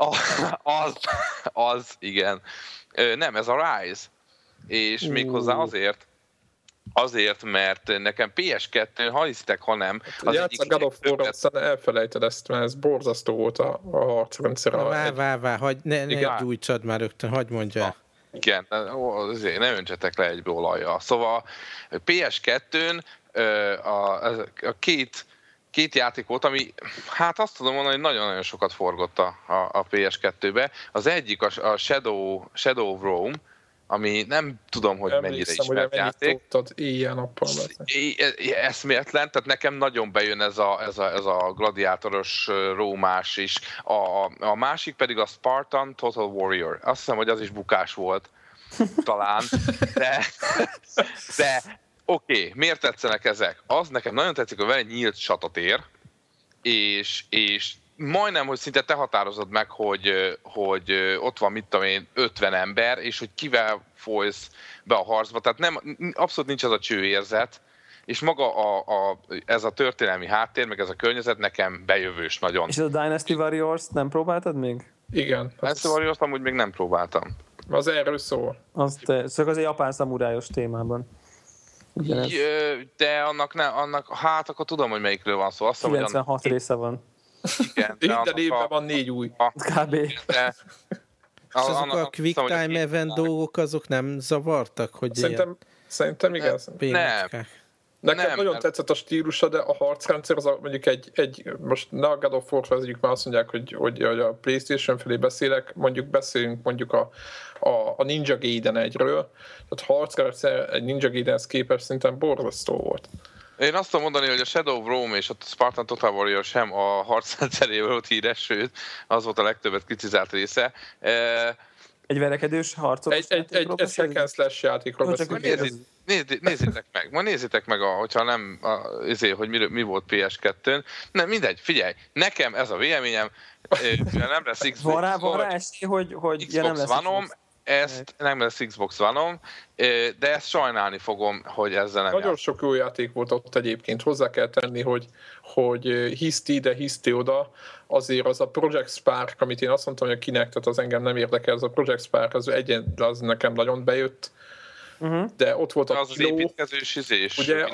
Az, igen. Nem, ez a Rise. És méghozzá azért, mert nekem PS2, ha hiszitek, ha nem. Az egyik God of War, aztán elfelejted ezt, mert ez borzasztó volt a harcrendszer. Ne gyújtsad már rögtön, hagyd mondja. Igen, azért ne öntsetek le egyből olajjal. Szóval PS2-n a két játék volt, ami hát azt tudom mondani, hogy nagyon-nagyon sokat forgott a PS2-be. Az egyik a Shadow of Rome, ami nem tudom, hogy mennyire ismert játék. Éjjel-nappal. Eszméletlen, tehát nekem nagyon bejön ez a gladiátoros rómás is. A másik pedig a Spartan Total Warrior. Azt hiszem, hogy az is bukás volt. Talán. De oké, miért tetszenek ezek? Az nekem nagyon tetszik, hogy van egy nyílt satatér, és majdnem, hogy szinte te határozod meg, hogy ott van, mit tudom én, 50 ember, és hogy kivel folysz be a harcba. Tehát abszolút nincs az a csőérzet, és maga ez a történelmi háttér, meg ez a környezet nekem bejövős nagyon. És a Dynasty Warriors nem próbáltad még? Igen. Dynasty Warriors amúgy még nem próbáltam. Az erről szól. Szóval az egy japán szamurájos témában. De annak hát akkor tudom, hogy melyikről van szó. 96 része van. Igen. Minden évben van 4 új. Kb. És azok a quick time event dolgok, azok nem zavartak? Hogy Szerintem igen. Nem. Nekem nagyon tetszett a stílusa, de a harcrendszer az mondjuk most ne a God of War vezetjük, már azt mondják, hogy a PlayStation felé beszélünk mondjuk a Ninja Gaiden 1-ről, tehát harcrendszer egy Ninja Gaidenhez képest szerintem borzasztó volt. Én azt tudom mondani, hogy a Shadow of Rome és a Spartan Total Warrior sem a harcrendszerével volt híres, sőt, az volt a legtöbbet kritizált része. Egy verekedős harcos egy second slash játékról beszélünk. Nézzétek meg, hogyha nem, hogy mi volt PS2-n. Nem, mindegy, figyelj, nekem ez a véleményem, nem lesz Xbox. Van rá esély, hogy nem lesz One-om, nem lesz Xbox One-om, de ezt sajnálni fogom, hogy ezzel nem nagyon sok jó játék volt ott egyébként. Hozzá kell tenni, hogy hiszti ide, hiszti oda. Azért az a Project Spark, amit én azt mondtam, hogy a Kinect, tehát az engem nem érdekel, az a Project Spark, az nekem nagyon bejött. De ott volt az építkezős izés, ugye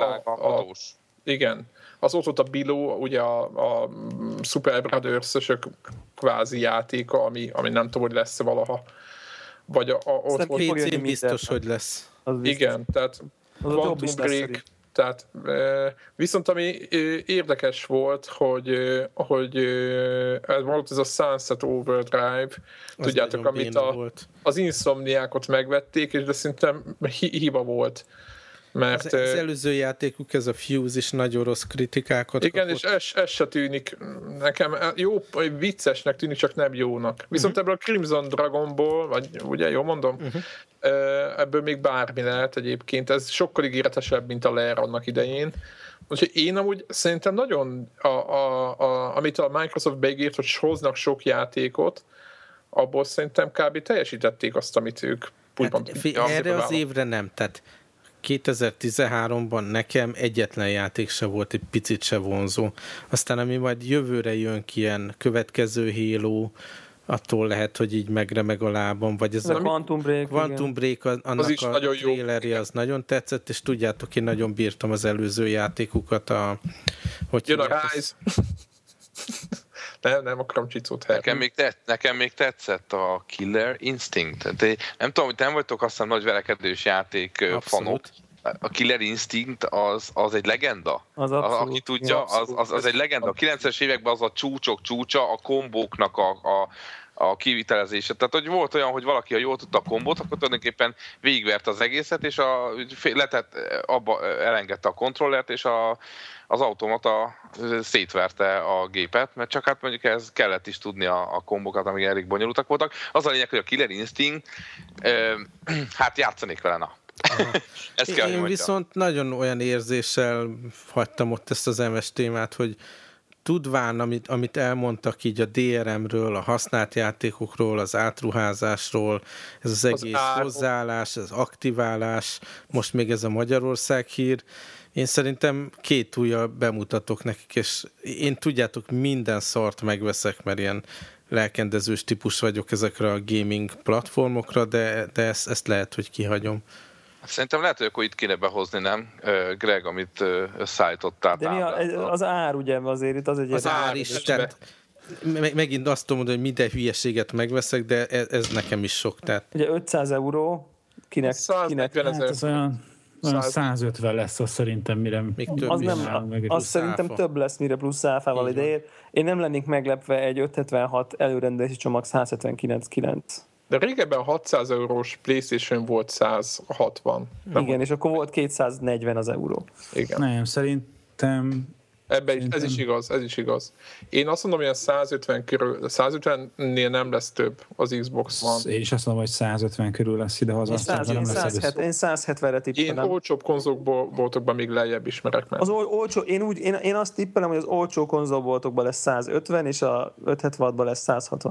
igen. Az ott volt a Below, ugye a Super Brothers-ösök kvázi játéka, ami nem tudom, hogy lesz valaha. Vagy ott volt PC biztos, hogy lesz. Igen, tehát Quantum Break, tehát viszont ami érdekes volt, hogy volt ez a Sunset Overdrive, az tudjátok, amit az Insomniákot megvették, és de szerintem hiba volt. Mert, az előző játékuk, ez a Fuse is nagyon rossz kritikákat igen, kapott. és ez se tűnik nekem jó, viccesnek tűnik, csak nem jónak. Viszont ebből a Crimson Dragonból, vagy ugye jól mondom, ebből még bármi lehet egyébként. Ez sokkal ígéretesebb, mint a Lair annak idején. Úgyhogy én amúgy szerintem nagyon, amit a Microsoft beígért, hogy hoznak sok játékot, abból szerintem kb. Teljesítették azt, amit ők erre az évre nem, tehát 2013-ban nekem egyetlen játék se volt egy picit se vonzó. Aztán ami majd jövőre jön ki ilyen következő Halo, attól lehet, hogy így megremeg a lábam, vagy ez a Quantum Break annak az a trailerje az nagyon tetszett, és tudjátok, én nagyon bírtam az előző játékukat. Jön a Rise. Nem akarom csicót helyen. Nekem még tetszett a Killer Instinct. De nem tudom, hogy nem vagytok aztán nagy verekedős játék fanok. A Killer Instinct az egy legenda. Aki tudja, az egy legenda. A 90-es években az a csúcsok csúcsa, a kombóknak a kivitelezése. Tehát, hogy volt olyan, hogy valaki, ha jól tudta a kombót, akkor tulajdonképpen végigverte az egészet, és elengedte a kontrollert, és az automata szétverte a gépet, mert csak hát mondjuk ez kellett is tudni a kombókat, amik elég bonyolultak voltak. Az a lényeg, hogy a Killer Instinct, hát játszanék vele, na. Ezt kell, én viszont nagyon olyan érzéssel hagytam ott ezt az MS témát, hogy tudván, amit elmondtak így a DRM-ről, a használt játékokról, az átruházásról, ez az egész hozzáállás, az aktiválás, most még ez a Magyarország hír, én szerintem 2 ujjal bemutatok nekik, és én tudjátok, minden szart megveszek, mert ilyen lelkendezős típus vagyok ezekre a gaming platformokra, de ezt lehet, hogy kihagyom. Szerintem lehet, hogy akkor itt kéne behozni, nem? Greg, amit összeállítottál. De az ár ugye azért itt az egy... Az ár is, tehát megint azt tudom mondani, hogy minden hülyeséget megveszek, de ez nekem is sok. Tehát. Ugye 500 euró, kinek? Hát ez olyan 150 lesz az szerintem, mire még több az szerintem több lesz, mire plusz áfával idejér. Én nem lennék meglepve egy 576 előrendelési csomag 179,9. De régebben 600 eurós PlayStation volt 160. Igen, és akkor volt 240 az euró. Igen. Nem, szerintem... Ez is igaz. Én azt mondom, hogy 150 körül, 150-nél nem lesz több az Xbox One. Én is azt mondom, hogy 150 körül lesz idehaza. Én 170-re tippelem. Én olcsóbb konzolboltokban még lejjebb ismerek meg. Az olcsó, én azt tippelem, hogy az olcsó konzolboltokban lesz 150, és a 576-ban lesz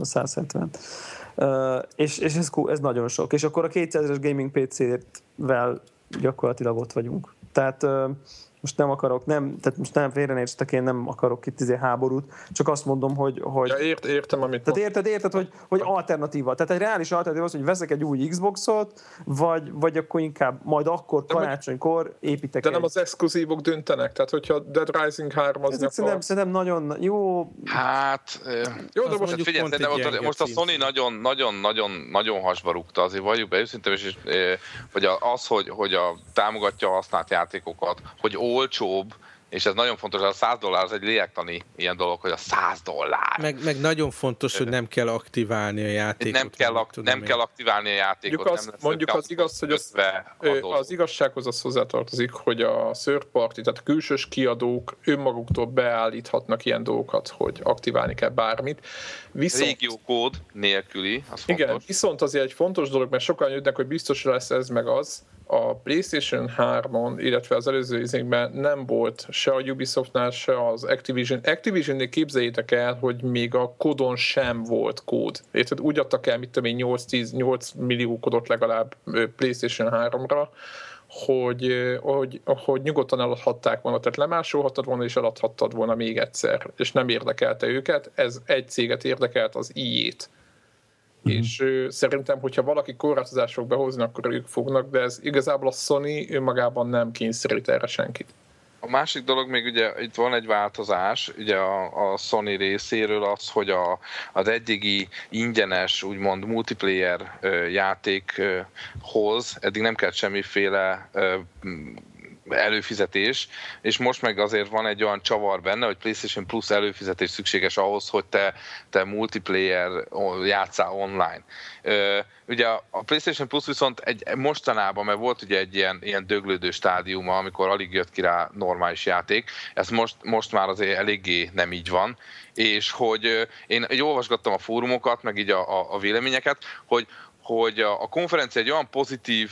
160-170. És ez nagyon sok. És akkor a 200-es gaming PC-vel gyakorlatilag ott vagyunk. Tehát most nem akarok, tehát most nem félrenéztek, én nem akarok itt háborút, csak azt mondom, hogy ja, értem, amit tehát érted, hogy alternatíva. Tehát egy reális alternatíva az, hogy veszek egy új Xboxot, vagy akkor inkább majd akkor karácsonykor építek. De nem az exkluzívok döntenek? Tehát, hogyha Dead Rising 3-azni akar... Szerintem nagyon jó... Hát... Jó, de most figyelj, most a Sony nagyon hasba rúgta, azért valljuk be őszintén, hogy az, hogy támogatja a használt játékokat, hogy olcsóbb, és ez nagyon fontos, a $100 az egy lélyektani ilyen dolog, hogy a $100. Meg nagyon fontos, hogy nem kell aktiválni a játékot. Nem kell aktiválni a játékot. Mondjuk az igaz, hogy az igazsághoz az hozzátartozik, hogy a third party, tehát a külsős kiadók önmaguktól beállíthatnak ilyen dolgokat, hogy aktiválni kell bármit. Régiókód nélküli, az fontos. Igen, viszont azért egy fontos dolog, mert sokan jönnek, hogy biztos lesz ez meg az, a PlayStation 3-on, illetve az előző izékben nem volt se a Ubisoftnál, se az Activision-nél képzeljétek el, hogy még a kodon sem volt kód. Érted? Úgy adtak el, mit tudom én, 8 millió kodot legalább PlayStation 3-ra, hogy nyugodtan eladhatták volna, tehát lemásolhattad volna, és eladhattad volna még egyszer, és nem érdekelte őket. Ez egy céget érdekelt, az EA-t. És szerintem, hogyha valaki korlátozások behozni, akkor ők fognak, de ez igazából a Sony önmagában nem kényszerít erre senkit. A másik dolog még ugye itt van egy változás, ugye a Sony részéről az, hogy az eddigi ingyenes, úgymond multiplayer játékhoz eddig nem kellett semmiféle előfizetés, és most meg azért van egy olyan csavar benne, hogy PlayStation Plus előfizetés szükséges ahhoz, hogy te multiplayer játsszál online. Ugye a PlayStation Plus viszont mostanában, mert volt ugye egy ilyen döglődő stádiuma, amikor alig jött ki rá normális játék, ez most már azért eléggé nem így van, és hogy én olvasgattam a fórumokat, meg így a véleményeket, hogy a konferencia egy olyan pozitív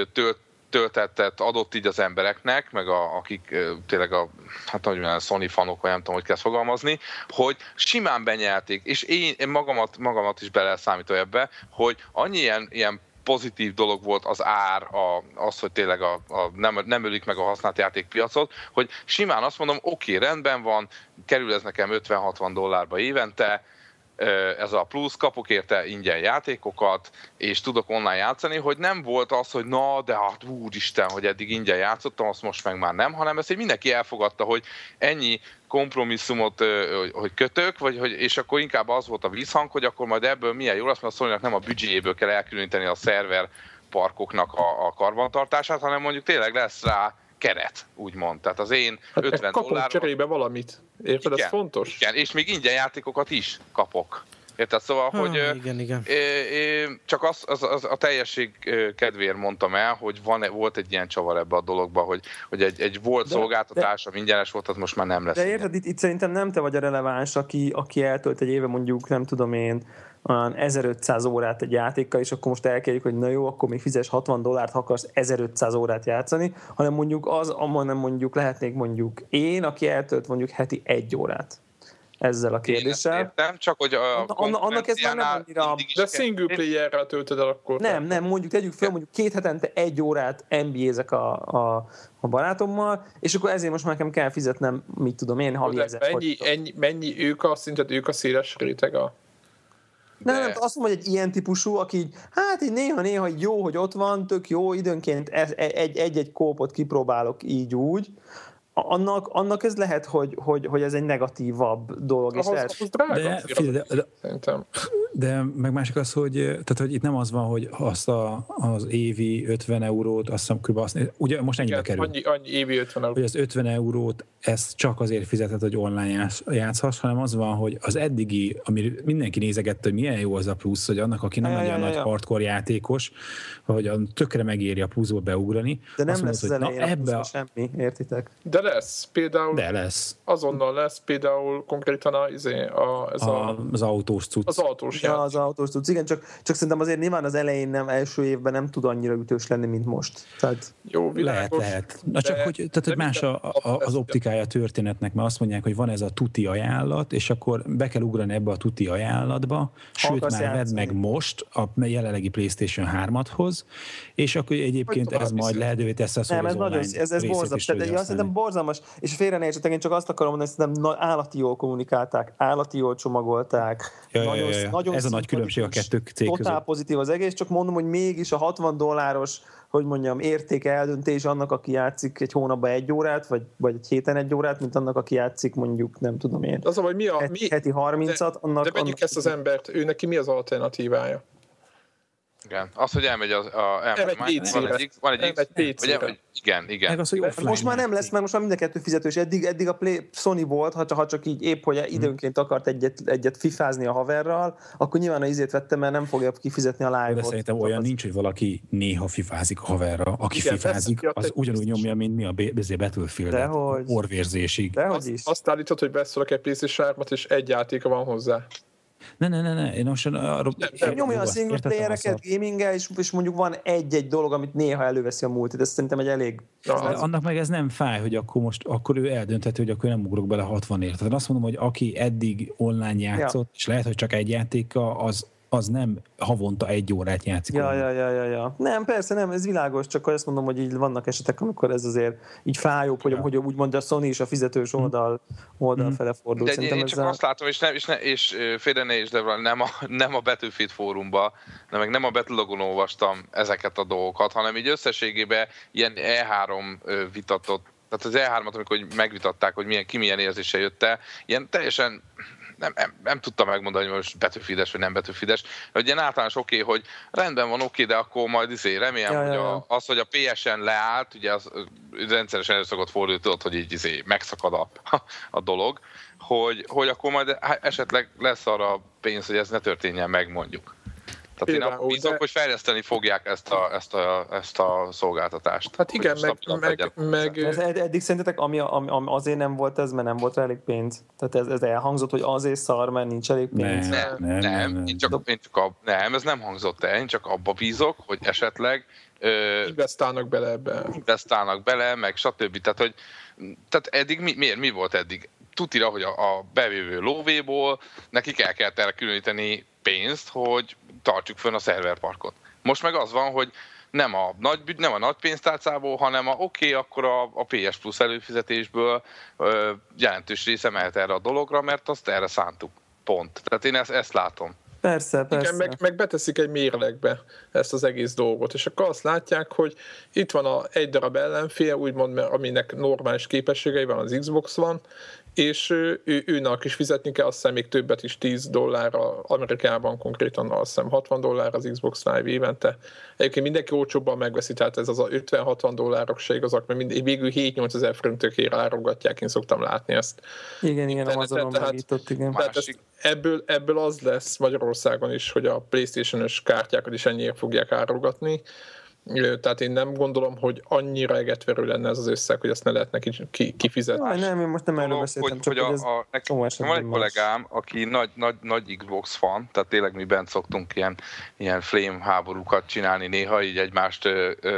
töltetet adott így az embereknek, meg akik tényleg a Sony fanok, vagy nem tudom, hogy kell fogalmazni, hogy simán benyelték, és én magamat is beleszámítom ebbe, hogy annyi ilyen pozitív dolog volt az ár, az, hogy tényleg nem ölik meg a használt játékpiacot, hogy simán azt mondom, oké, rendben van, kerül ez nekem $50-60 évente, ez a plusz, kapok érte ingyen játékokat, és tudok online játszani, hogy nem volt az, hogy na, de hát úristen, hogy eddig ingyen játszottam, azt most meg már nem, hanem ezt mindenki elfogadta, hogy ennyi kompromisszumot hogy kötök, és akkor inkább az volt a vízhang, hogy akkor majd ebből milyen jó lesz, mert a Sony-nak nem a büdzséjéből kell elkülöníteni a szerver parkoknak a karbantartását, hanem mondjuk tényleg lesz rá keret, úgymond. Tehát az én $50... Kapok cserébe valamit. Érted? Igen, ez fontos? Igen, és még ingyen játékokat is kapok. Érted? Szóval, hogy igen. Csak a teljesség kedvéért mondtam el, hogy volt egy ilyen csavar ebbe a dologba, hogy egy volt szolgáltatás, ami ingyenes volt, az most már nem lesz. De érted, itt szerintem nem te vagy a releváns, aki eltölt egy éve mondjuk, nem tudom én, 1500 órát egy játékkal, és akkor most elkérjük, hogy na jó, akkor még fizes $60, ha akarsz 1500 órát játszani, hanem mondjuk lehetnék mondjuk én, aki eltölt mondjuk heti 1 órát ezzel a kérdéssel. Értem, csak hogy annak ez már nem annyira... De single player-rel töltöd el akkor. Nem, mondjuk tegyük fel, mondjuk 2 hetente 1 órát NBA-zek a barátommal, és akkor ezért most nekem kell fizetnem, mit tudom én, havi 1000 mennyi ők a széles réteg a... Nem, azt mondom, hogy egy ilyen típusú, aki így néha jó, hogy ott van, tök jó, időnként egy kópot kipróbálok így úgy, annak ez lehet, hogy ez egy negatívabb dolog. De meg másik az, hogy itt nem az van, hogy azt az évi 50 eurót, azt hiszem kb. Ugye most ennyibe kerül. Annyi évi 50 euró. Hogy az 50 eurót ezt csak azért fizetett, hogy online játszhass, hanem az van, hogy az eddigi, ami mindenki nézegette, hogy milyen jó az a plusz, hogy annak, aki nem nagyon nagy hardcore játékos, hogy tökre megéri a pluszból beugrani. De nem lesz az elején semmi, értitek? De lesz, például. De lesz. Azonnal lesz, például konkrétan az autós cucc. Az autós az autós tudsz. Igen, csak szerintem azért nyilván az elején első évben nem tud annyira ütős lenni, mint most. Tehát... Jó, lehet. Na csak, hogy más az optikája a történetnek, mert azt mondják, hogy van ez a tuti ajánlat, és akkor be kell ugrani ebbe a tuti ajánlatba, sőt már vedd meg most a jelenlegi PlayStation 3-hoz, és akkor egyébként ez majd lehetővé teszi azt, hogy ez borzalmas. Szerintem borzalmas, és félre ne értsetek, én csak azt akarom mondani, hogy szerintem állati jól kommunikálták, állati jól csomagolták. Nagyon ez a nagy különbség a kettő cég között. Totál pozitív az egész, csak mondom, hogy mégis a $60, hogy mondjam, értéke eldöntés annak, aki játszik egy hónapban 1 órát, vagy egy héten 1 órát, mint annak, aki játszik mondjuk, nem tudom én. Az, hogy heti 30-at. De vegyük ezt az embert, ő neki mi az alternatívája? Igen, az, hogy elmegy van egy PC-re. Igen. Az, most már nem lesz, mert most már mind a kettő fizetős. Eddig a Sony volt, ha csak így épp, hogy időnként akart egyet fifázni a haverral, akkor nyilván a izét vettem, mert nem fogja kifizetni a live-ot. De szerintem olyan nincs, hogy valaki néha fifázik a haverra. Aki fifázik, az ugyanúgy nyomja, mint mi a Battlefield-et. Orvérzésig. Dehogy is. Azt állítod, hogy beszélek egy PlayStation 3-at, és egy játéka van hozzá. Ne. Én most nyomja a single playereket gaminggel, és mondjuk van egy dolog, amit néha előveszi a multit. Ez szerintem egy elég... Annak meg ez nem fáj, hogy akkor ő eldönthető, hogy akkor nem ugrok bele 60-ért. Tehát azt mondom, hogy aki eddig online játszott, és lehet, hogy csak egy játéka, az nem havonta 1 órát játszik. Ja. Nem, persze nem, ez világos, csak azt mondom, hogy így vannak esetek, amikor ez azért így fájóbb, hogy úgymond a Sony is a fizetős oldal fele fordul. De én csak azt látom, és félre ne is, de nem a Battlefield fórumba, nem a Battlelogon olvastam ezeket a dolgokat, hanem így összességében ilyen E3 vitatott, tehát az E3-at, amikor megvitatták, hogy ki milyen érzése jött-e, ilyen teljesen nem tudtam megmondani, hogy most Battlefieldes vagy nem Battlefieldes. Hogy ilyen általános hogy rendben van, de akkor majd remélem, hogy hogy a PSN leállt, ugye az rendszeresen elő szokott fordulni, tudod, hogy így megszakad a dolog, hogy akkor majd esetleg lesz arra pénz, hogy ez ne történjen meg, mondjuk. Tehát én abban bízok, hogy fejleszteni fogják ezt a szolgáltatást. Hát igen, meg... Eddig szerintetek, ami azért nem volt ez, mert nem volt elég pénz? Tehát ez elhangzott, hogy azért szar, mert nincs elég pénz? Nem, ez nem hangzott el. Én csak abba bízok, hogy esetleg investálnak bele ebbe. Investálnak bele, meg stb. Tehát eddig mi volt eddig? Tutira, hogy a bevívő lóvéból nekik el kellett elkülöníteni pénzt, hogy tartsuk fönn a szerverparkot. Most meg az van, hogy nem a nagy pénztárcából, hanem akkor a PS Plus előfizetésből jelentős része mehet erre a dologra, mert azt erre szántuk. Pont. Tehát én ezt látom. Persze. Igen, meg beteszik egy mérlegbe ezt az egész dolgot, és akkor azt látják, hogy itt van egy darab ellenfél, úgymond, aminek normális képességei van, az Xbox van, és őnek is fizetni kell, azt hiszem még többet is, $10 Amerikában konkrétan, azt hiszem $60 az Xbox Live évente. Egyébként mindenki olcsóbban megveszi, tehát ez az a $50-60 se igazak, mert végül 7-8 ezer forintokért árogatják, én szoktam látni ezt. Igen, Amazonon megított, igen. Tehát ebből az lesz Magyarországon is, hogy a PlayStation-ös kártyákat is ennyire fogják árogatni. Tehát én nem gondolom, hogy annyira egetverő lenne ez az összeg, hogy ezt ne lehetne kifizetni. Nem, én most nem erről beszéltem, csak hogy ez van egy kollégám, aki nagy Xbox fan, tehát tényleg mi bent szoktunk ilyen flame háborúkat csinálni néha, így egymást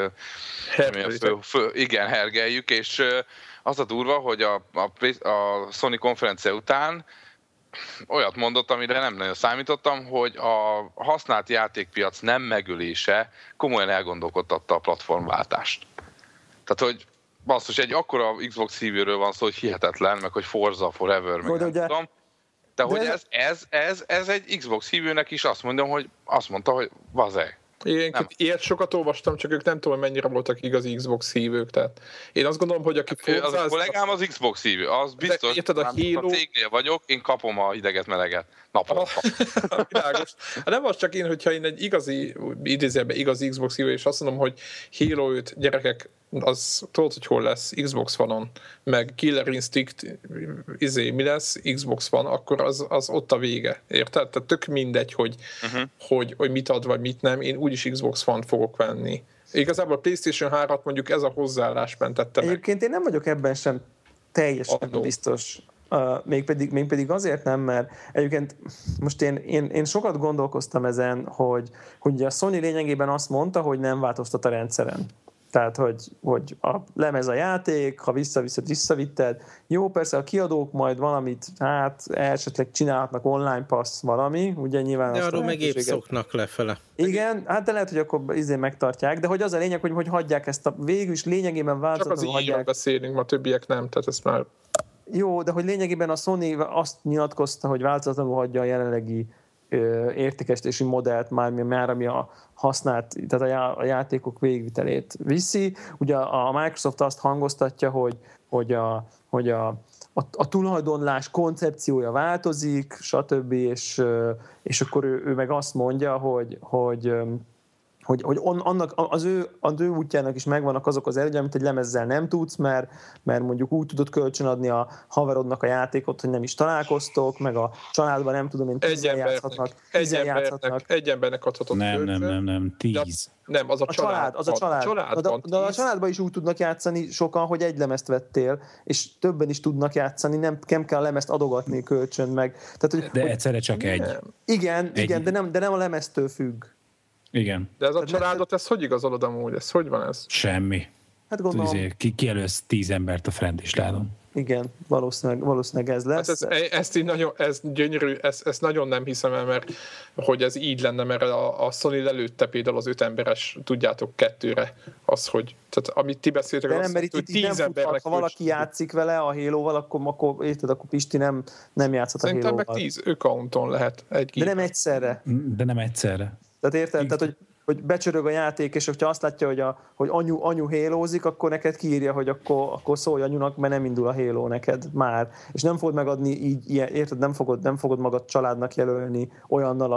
hergeljük, és az a durva, hogy a Sony konferencia után olyat mondott, amire nem nagyon számítottam, hogy a használt játékpiac nem megölése komolyan elgondolkodtatta a platformváltást. Tehát, hogy basszus, egy akkora Xbox hívőről van szó, hogy hihetetlen, meg hogy Forza Forever, meg nem tudom. De hogy ez egy Xbox hívőnek is azt mondta, hogy vazeg. Igen, ilyet sokat olvastam, csak ők nem tudom, mennyire voltak igazi Xbox hívők, tehát én azt gondolom, hogy aki az a kollégám az Xbox hívő, az biztos, érted, a cégnél vagyok, én kapom a hideget-meleget naponta. Világos. Nem az csak én, hogyha én egy igazi Xbox hívő, és azt mondom, hogy Halo 5 gyerekek, az tudod, hogy hol lesz, Xbox One-on, meg Killer Instinct mi lesz, Xbox One, akkor az ott a vége, érted? Tehát tök mindegy, hogy mit ad, vagy mit nem, én úgyis Xbox One fogok venni. Igazából a PlayStation 3-at mondjuk ez a hozzáállás mentette meg. Egyébként én nem vagyok ebben sem teljesen biztos. Mégpedig azért nem, mert egyébként most én sokat gondolkoztam ezen, hogy a Sony lényegében azt mondta, hogy nem változtat a rendszeren. Tehát, hogy a lemez a játék, ha visszavitted. Jó, persze a kiadók majd valamit, hát esetleg csinálhatnak online pass valami, ugye nyilván... De arról meg épp szoknak lefele. Igen, hát de lehet, hogy akkor megtartják, de hogy az a lényeg, hogy hagyják ezt a végül is lényegében változatlanul hagyják. Csak az így beszélünk, ma többiek nem, tehát ezt már... Jó, de hogy lényegében a Sony azt nyilatkozta, hogy változatlanul hagyja a jelenlegi értékesítési modellt már ami a használt, tehát a játékok végvitelét viszi. Ugye a Microsoft azt hangoztatja, hogy a tulajdonlás koncepciója változik, stb. És akkor ő meg azt mondja, hogy annak az ő útjának is megvannak azok az előnyei, amit egy lemezzel nem tudsz, mert mondjuk úgy tudod kölcsönadni a haverodnak a játékot, hogy nem is találkoztok, meg a családban nem tudom én 10 játszhatnak. Egy embernek adhatott kölcsön. Nem, 10. Nem, az a család. De a családban is úgy tudnak játszani sokan, hogy egy lemezt vettél, és többen is tudnak játszani, nem kell a lemezt adogatni kölcsön meg. Tehát, de egyszerre csak egy. Igen, de nem a lemeztől függ. Igen. De ez a családot, ez hogy igazolod amúgy? Ez hogy van ez? Semmi. Hát gondolom. Kijelölsz 10 embert a friendlistádon. Igen, valószínűleg ez lesz. Hát ezt így nagyon, ez gyönyörű, ezt nagyon nem hiszem el, mert hogy ez így lenne, mert a Sony lelőtte például az 5 emberes, tudjátok, 2-re az, hogy, tehát amit ti beszéltek, az, hogy 10 embernek. Ha valaki játszik vele a Halo-val, akkor érted, akkor Pisti nem játszhat a Halo-val. Szerintem meg 10 accounton lehet egy De nem egyszerre. Tehát érted? Tehát, hogy becsörög a játék, és hogyha azt látja, hogy anyu hélózik, akkor neked kiírja, hogy akkor szólj anyunak, mert nem indul a Halo neked már. És nem fogod megadni így, érted? Nem fogod magad családnak jelölni olyannal,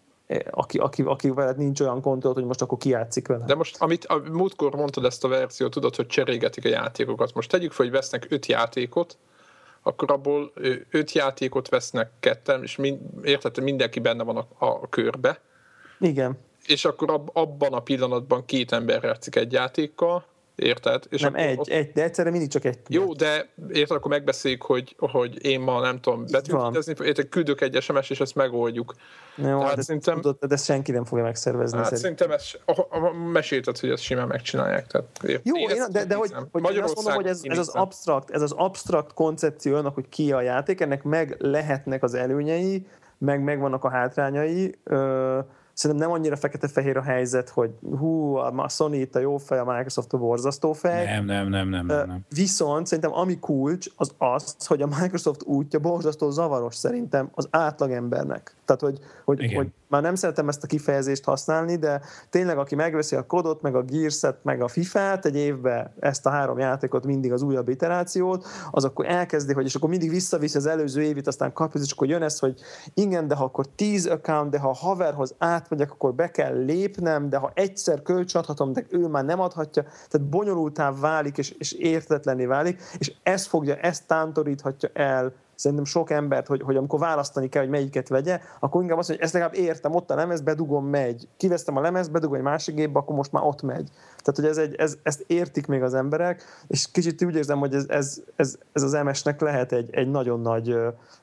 aki veled nincs olyan kontroll, hogy most akkor kijátszik vele. De most, amit múltkor mondtad ezt a verziót, tudod, hogy cserégetik a játékokat. Most tegyük fel, hogy vesznek 5 játékot, akkor abból 5 játékot vesznek ketten, és érted, mindenki benne van a körbe. Igen. És akkor abban a pillanatban 2 ember játszik egy játékkal, érted? És nem, de egyszerre mindig csak egy. Jó, de érted, akkor megbeszéljük, hogy én ma nem tudom betűntezni, érted, küldök egy SMS, és ezt megoldjuk. Jó, de szerintem, de ezt senki nem fogja megszervezni. Hát szerintem mesélted, hogy ezt simán megcsinálják. Tehát, jó, de hogy én azt mondom, hogy ez az absztrakt koncepció annak, hogy ki a játék, ennek meg lehetnek az előnyei, megvannak a hátrányai. Szerintem nem annyira fekete-fehér a helyzet, hogy a Sony itt a jó fej, a Microsoft a borzasztó fej. Nem. Viszont szerintem ami kulcs, az, hogy a Microsoft útja borzasztó zavaros szerintem az átlagembernek. Tehát, hogy már nem szeretem ezt a kifejezést használni, de tényleg aki megveszi a Codot, meg a Gears-et, meg a FIFA-t egy évben ezt a 3 játékot, mindig az újabb iterációt, az akkor elkezdi, és akkor mindig visszaviszi az előző évit, aztán kapja, és akkor jön ez, hogy igen, de ha akkor 10 account, de ha a haverhoz átmegyek, akkor be kell lépnem, de ha egyszer kölcsönadhatom, de ő már nem adhatja, tehát bonyolultá válik, és értetlenné válik, és ezt tántoríthatja el szerintem sok embert, hogy amikor választani kell, hogy melyiket vegye, akkor inkább azt mondja, hogy ezt legalább értem, ott a lemez, bedugom, megy. Kivesztem a lemez, bedugom egy másik gépbe, akkor most már ott megy. Tehát, hogy ezt értik még az emberek, és kicsit úgy érzem, hogy ez az MS-nek lehet egy nagyon nagy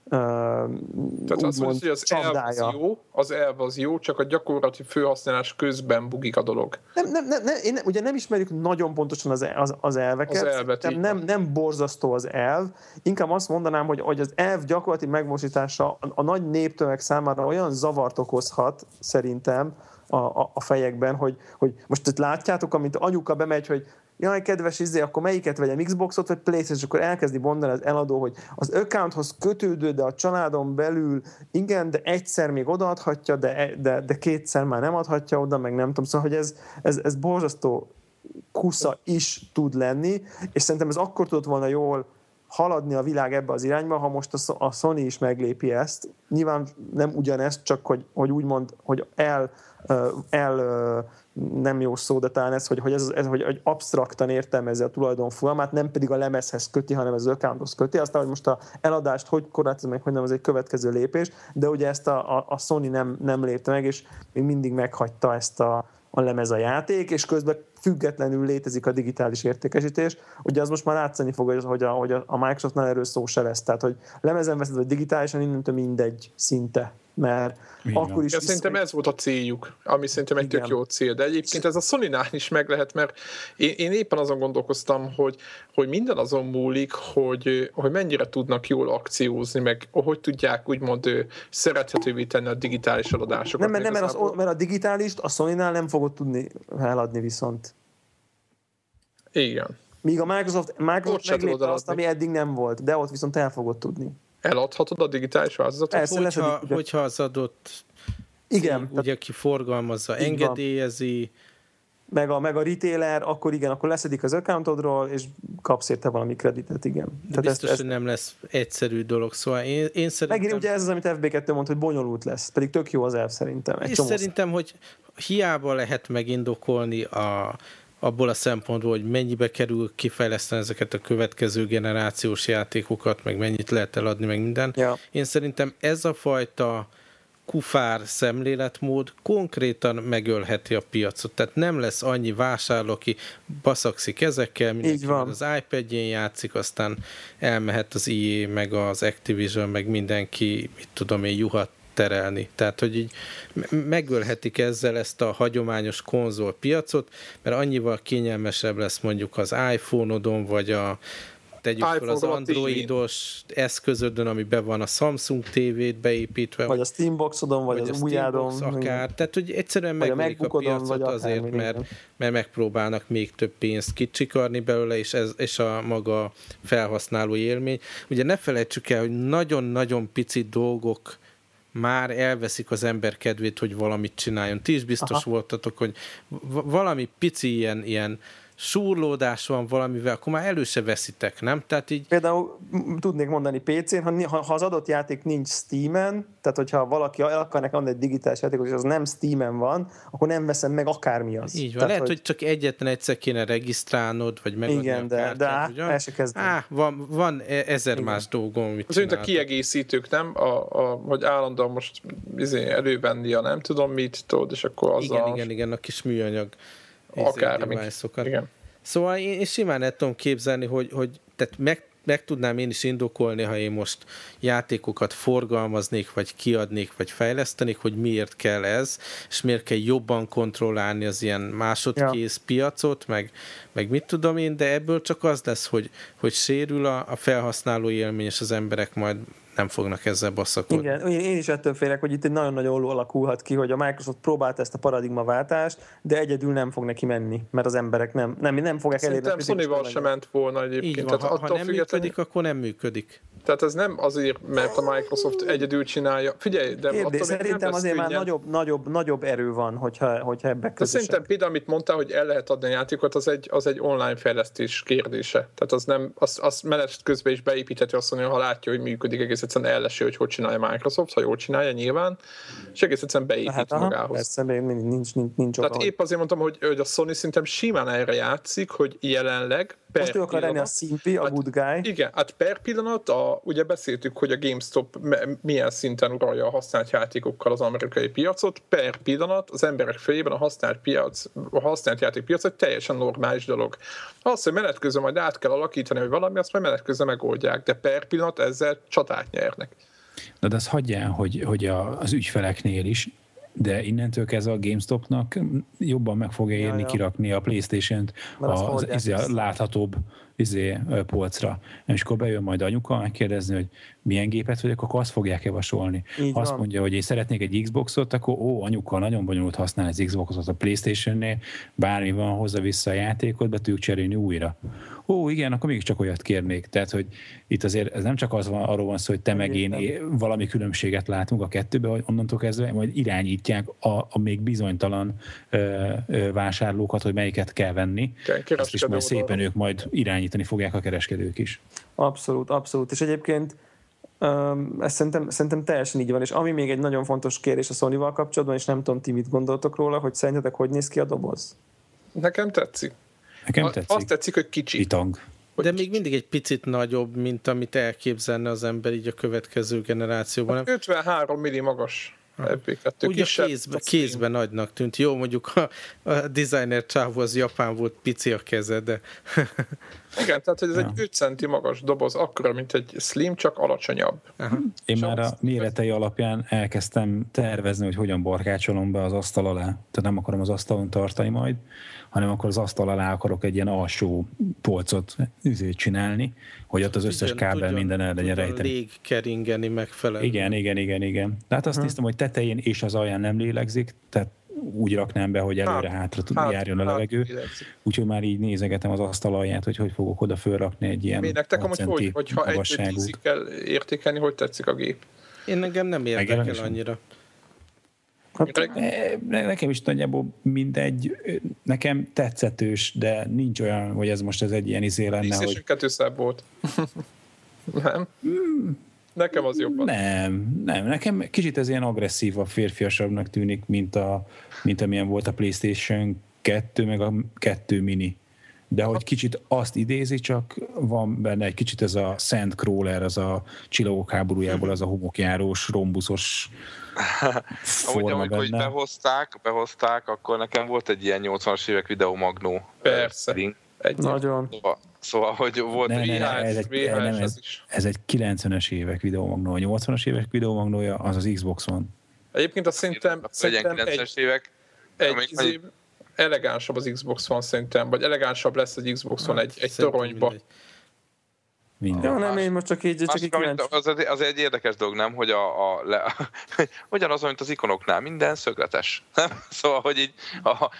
tehát azt mondja, hogy az elv az jó, csak a gyakorlati főhasználás közben bugik a dolog. Ugye nem ismerjük nagyon pontosan az elveket. Nem borzasztó az elv. Inkább azt mondanám, hogy az elv gyakorlati megvalósítása a nagy néptömeg számára olyan zavart okozhat, szerintem, a fejekben, hogy most itt látjátok, amint anyuka bemegy, hogy jaj, kedves akkor melyiket vegyem, Xboxot vagy PlayStation, és akkor elkezdi mondani az eladó, hogy az accounthoz kötődő, de a családon belül igen, de egyszer még odaadhatja, de kétszer már nem adhatja oda, meg nem tudom, szóval, hogy ez borzasztó kusza is tud lenni, és szerintem ez akkor tudott volna jól haladni a világ ebbe az irányba, ha most a Sony is meglépi ezt. Nyilván nem ugyanezt, csak hogy úgymond, hogy nem jó szó, de talán ez, hogy absztraktan értelmezi a tulajdonfogalmát, nem pedig a lemezhez köti, hanem az accounthoz köti. Aztán, hogy most a eladást hogy korlátoz meg, hogy nem, az egy következő lépés, de ugye ezt a Sony nem lépte meg, és még mindig meghagyta ezt a lemez a játék, és közben függetlenül létezik a digitális értékesítés. Ugye az most már látszani fog, hogy a Microsoftnál erről szó se lesz. Tehát, hogy lemezen veszed, vagy digitálisan, innentől mindegy szinte. Mert akkor is... Szerintem ez volt a céljuk, ami szerintem egy tök jó cél. De egyébként ez a Sonynál is meg lehet, mert én éppen azon gondolkoztam, hogy minden azon múlik, hogy mennyire tudnak jól akciózni, meg hogy tudják úgymond szerethetővé tenni a digitális eladásokat. Mert a digitálist a Sonynál nem fogod tudni eladni viszont. Igen. Míg a Microsoft meglépte azt, ami eddig nem volt, de ott viszont el fogod tudni. Eladhatod a digitális változatot? Hogyha az adott igen, ugye ki forgalmazza, engedélyezi. Meg a retailer, akkor igen, akkor leszedik az accountodról, és kapsz érte valami kreditet, igen. De biztos, hogy nem lesz egyszerű dolog, szóval én szerintem... Megint ugye ez az, amit FB2 mondta, hogy bonyolult lesz, pedig tök jó az elv szerintem. És szerintem, hogy hiába lehet megindokolni abból a szempontból, hogy mennyibe kerül kifejleszteni ezeket a következő generációs játékokat, meg mennyit lehet eladni, meg minden. Ja. Én szerintem ez a fajta kufár szemléletmód konkrétan megölheti a piacot. Tehát nem lesz annyi vásárló, aki baszakszik ezekkel, mindenki az iPad-jén játszik, aztán elmehet az EA, meg az Activision, meg mindenki, mit tudom én, juhat terelni. Tehát, hogy így megölhetik ezzel ezt a hagyományos konzolpiacot, mert annyival kényelmesebb lesz mondjuk az iPhone-odon, vagy tegyük fel az androidos eszközödön, ami be van a Samsung TV-t beépítve. Vagy a Steamboxodon, vagy az ujjádon. Akár. Tehát, hogy egyszerűen megverik a piacot azért, mert megpróbálnak még több pénzt kicsikarni belőle, és a maga felhasználó élmény. Ugye ne felejtsük el, hogy nagyon-nagyon pici dolgok már elveszik az ember kedvét, hogy valamit csináljon. Ti is biztos voltatok, hogy valami pici ilyen súrlódás van valamivel, akkor már elő se veszitek, nem? Tehát így... Például tudnék mondani PC-n, ha az adott játék nincs Steam-en, tehát hogyha valaki el akar nekem mondani egy digitális játékot, és az nem Steam-en van, akkor nem veszem meg akármi az. Így van. Tehát, lehet, hogy csak egyetlen egyszer kéne regisztrálnod, vagy megadni igen, a kártyát. de el se kezdem. Van ezer más dolgom, amit csináltok. Az a kiegészítők, nem? hogy állandóan most elővenni a nem tudom mit, tudod, és akkor azzal... Igen, a kis műanyag akármi. Igen. Szóval én simán el tudom képzelni, hogy tehát meg tudnám én is indokolni, ha én most játékokat forgalmaznék, vagy kiadnék, vagy fejlesztenék, hogy miért kell ez, és miért kell jobban kontrollálni az ilyen másodkész piacot, meg mit tudom én, de ebből csak az lesz, hogy sérül a felhasználó élmény, és az emberek majd nem fognak ezzel basszakodni. Igen, én is ettől félek, hogy itt egy nagyon-nagyon jól alakulhat ki, hogy a Microsoft próbált ezt a paradigmaváltást, de egyedül nem fog neki menni, mert az emberek nem fogják elérni. Szerintem Sony-val sem ment volna egyébként. Így van, ha nem működik, akkor nem működik. Tehát ez nem azért, mert a Microsoft egyedül csinálja. Figyelj, de attól szerintem azért már nagyobb erő van, hogyha ebbe közösek. Szerintem például, amit mondtál, hogy el lehet adni a játékot, az egy online fejlesztés kérdése. Tehát az nem, az menet közben is beépítheti azt mondani, ha látja, hogy működik, egész egyszerűen ellesi, hogy csinálja Microsoft, ha jól csinálja nyilván, és egész egyszerűen beépít magához. Persze, nincs tehát épp azért mondtam, hogy a Sony szerintem simán erre játszik, hogy jelenleg most ő akar lenni a szimpi, a good guy. Igen, hát per pillanat, ugye beszéltük, hogy a GameStop milyen szinten uralja a használt játékokkal az amerikai piacot, per pillanat az emberek fejében a használt játékpiac egy teljesen normális dolog. Az, hogy menet közben majd át kell alakítani, hogy valami, azt majd menet közben megoldják, de per pillanat ezzel csatát nyernek. De azt hagyjál, hogy az ügyfeleknél is, de innentől kezdve a GameStopnak jobban meg fogja érni kirakni a PlayStation-t a láthatóbb polcra. És akkor bejön majd anyuka megkérdezni, hogy milyen gépet vagyok, akkor azt fogják javasolni. Azt mondja, hogy én szeretnék egy Xboxot, akkor anyuka, nagyon bonyolult használni az Xboxot a PlayStation-nél, bármi van, hozza vissza a játékot, be tudjuk cserélni újra. Igen, akkor mégiscsak olyat kérnék. Tehát, hogy itt azért ez nem csak arról van szó, hogy te meg én valami különbséget látunk a kettőbe, hogy onnantól kezdve majd irányítják a még bizonytalan vásárlókat, hogy melyiket kell venni. Azt is majd szépen ők majd irányítani fogják a kereskedők is. Abszolút. És egyébként ez szerintem teljesen így van, és ami még egy nagyon fontos kérdés a Sony-val kapcsolatban, és nem tudom, ti mit gondoltok róla, hogy szerintetek hogy néz ki a doboz? Nekem tetszik. Azt tetszik, hogy kicsi. Pitang. De még mindig egy picit nagyobb, mint amit elképzelne az ember így a következő generációban. 53 milli magas. FB2. Ugye kézben nagynak tűnt. Jó, mondjuk a designer csávó az japán volt, pici a keze, de... Igen, tehát hogy ez egy 5 centi magas doboz, akkora, mint egy Slim, csak alacsonyabb. Én már a méretei alapján elkezdtem tervezni, hogy hogyan barkácsolom be az asztal alá. Tehát nem akarom az asztalon tartani majd, hanem akkor az asztal alá akarok egy ilyen alsó polcot csinálni, hogy ott az összes kábel minden el legyen rejteni. Légkeringeni megfelelően. Igen. De hát azt néztem, hogy tetején és az alján nem lélegzik, tehát úgy raknám be, hogy előre-hátra járjon a levegő. Úgyhogy már így nézegetem az asztal alját, hogy fogok oda fölrakni egy ilyen nektek amúgy hogyha 1-10-ig kell értékelni, hogy tetszik a gép? Én engem nem érdekel annyira. Nekem is nagyjából mindegy. Nekem tetszetős, de nincs olyan, hogy ez egy ilyen izé lenne, hogy... szebb volt. Nem? Nekem az jobban. Nem. Nekem kicsit ez ilyen agresszívabb, férfiasabbnak tűnik, mint amilyen volt a PlayStation 2, meg a 2 mini. De hogy kicsit azt idézi, csak van benne egy kicsit ez a Sandcrawler, az a Csillagok háborújából, az a homokjárós, rombuszos forma amikor benne. behozták, akkor nekem volt egy ilyen 80-as évek videomagnó. Persze. Nagyon. Szóval, hogy volt ez egy 90-es évek videomagnó. A 80-as évek videomagnója az az Xbox One. Egyébként azt szerintem 90-es évek elegánsabb az Xbox One szerintem, vagy elegánsabb lesz az Xbox One egy toronyba. Minden. Ja, nem, én most csak így az egy érdekes dolog, nem? Hogy ugyanaz, mint az ikonoknál, minden szögletes. Nem? Szóval, hogy így a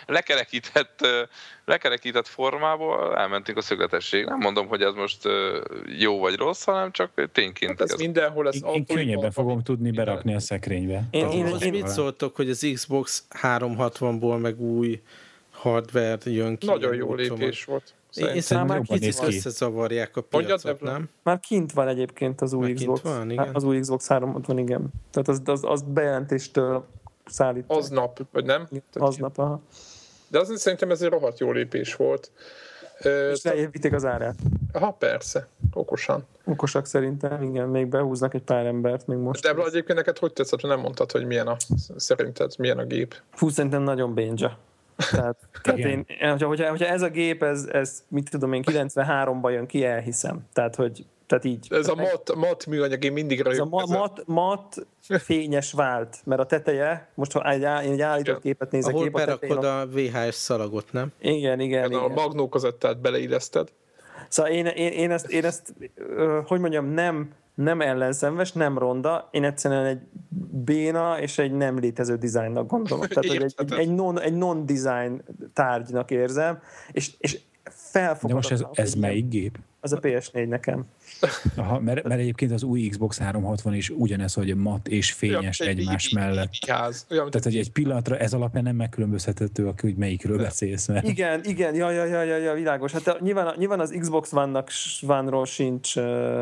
lekerekített formából elmentünk a szögletesség. Nem mondom, hogy ez most jó vagy rossz, hanem csak tényként. Hát ez mindenhol. Én könnyebben fogom tudni berakni a szekrénybe. Én mit szóltok, hogy az Xbox 360-ból meg új hardware jön ki? Nagyon jó lépés volt. Én szerintem kicsit összezavarják a piacot, nem? Már kint van egyébként az új Xbox. Az új Xbox 360, igen. Tehát az bejelentéstől szállít. Aznap, vagy nem? Aznap, aha. De azért szerintem ez egy rohadt jó lépés volt. És lejjebb az árát. Aha, persze. Okosan. Okosak szerintem, igen. Még behúznak egy pár embert még most. De egyébként neked hogy tetszett, hogy nem mondtad, hogy szerinted milyen a gép? Fú, szerintem nagyon bénja. Tehát én, hogyha ez a gép, ez mit tudom én, 93-ban jön ki, elhiszem. Tehát így. Ez a matt műanyag, én mindig rajok. Ez a matt fényes vált, mert a teteje, most ha egy állított képet nézek. Ahol berakod a VHS szalagot, nem? Igen. A magnókazettát beleilleszted. Szóval én ezt hogy mondjam, nem ellenszenves, nem ronda, én egyszerűen egy béna és egy nem létező dizájnnak gondolom. Tehát, hogy egy non-design tárgynak érzem, és felfoghatatlan. De most ez melyik gép? Az a PS4 nekem. Aha, mert egyébként az új Xbox 360 is ugyanez, hogy matt és fényes egymás mellett. Tehát, hogy egy pillanatra ez alapján nem megkülönböztethető, hogy melyikről beszélsz. Mert... Igen, ja, világos. Hát nyilván az Xbox One-ról sincs...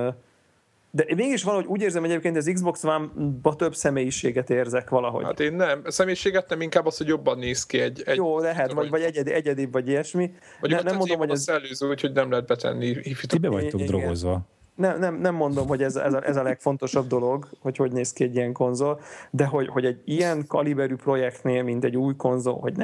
De mégis valahogy úgy érzem egyébként, hogy az Xbox One-ba több személyiséget érzek valahogy. Hát én nem. A személyiséget nem, inkább az, hogy jobban néz ki egy jó, lehet, vagy egyedibb, vagy ilyesmi. Nem mondom, hogy ez előző, úgyhogy nem lehet betenni. Ti be vagytok drogozva. Nem mondom, hogy ez a legfontosabb dolog, hogy néz ki egy ilyen konzol, de hogy egy ilyen kaliberű projektnél, mint egy új konzol, hogy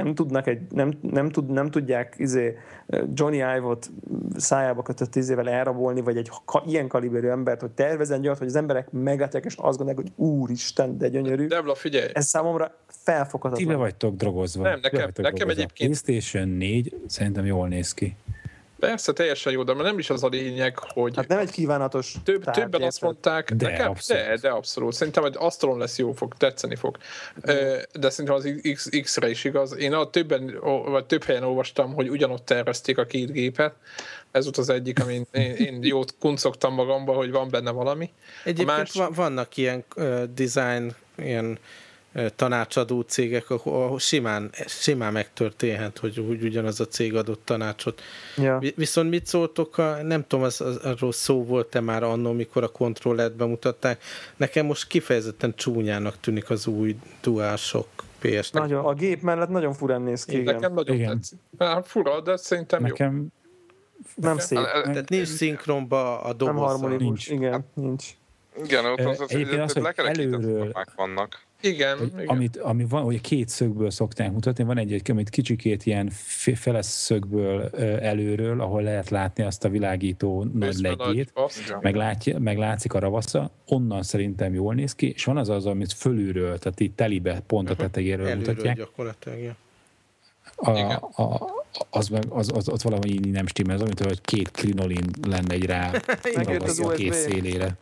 nem tudják Johnny Ive-ot szájába kötött izével elrabolni, vagy egy ilyen kaliberű embert, hogy tervezzen gyart, hogy az emberek megállják, és azt gondolják, hogy úristen, de gyönyörű. Debla, figyelj! Ez számomra felfoghatatlan. Ti be vagytok drogozva. Nem, nekem egyébként... PlayStation 4 szerintem jól néz ki. Persze, teljesen jó, de nem is az a lényeg, hogy... Hát nem egy kívánatos többen azt mondták, de abszolút. Szerintem, hogy asztalon lesz jó, tetszeni fog. De szerintem az X-re is igaz. Én több helyen olvastam, hogy ugyanott tervezték a két gépet. Ez volt az egyik, amin én jót kuncogtam magamba, hogy van benne valami. Egyébként vannak ilyen design, ilyen tanácsadó cégek, ahol simán megtörténhet, hogy ugyanaz a cég adott tanácsot. Ja. Viszont mit szóltok, nem tudom, arról szó volt-e már annól, mikor a kontrollert bemutatták. Nekem most kifejezetten csúnyának tűnik az új DualShock PS-nek. Nagyon, a gép mellett nagyon furán néz ki. Nekem nagyon tetszik. Fura, de szerintem nekem jó. Nem szép. Tehát nincs szinkronba a dobozzal. Nem harmonikus. Igen, nincs. Igen, ott az lekerekített formák vannak. Igen. Ami van, hogy két szögből szokták mutatni, van egy amit kicsikét ilyen feles szögből előről, ahol lehet látni azt a világító nagy leggét, meg látszik a ravasza, onnan szerintem jól néz ki, és van az, amit fölülről, tehát így telibe pont a tetejéről mutatják. Gyakorlatilag, ja. Az ott valami nem stimmel, az amit, hogy két krinolin lenne egy rá a két szélére.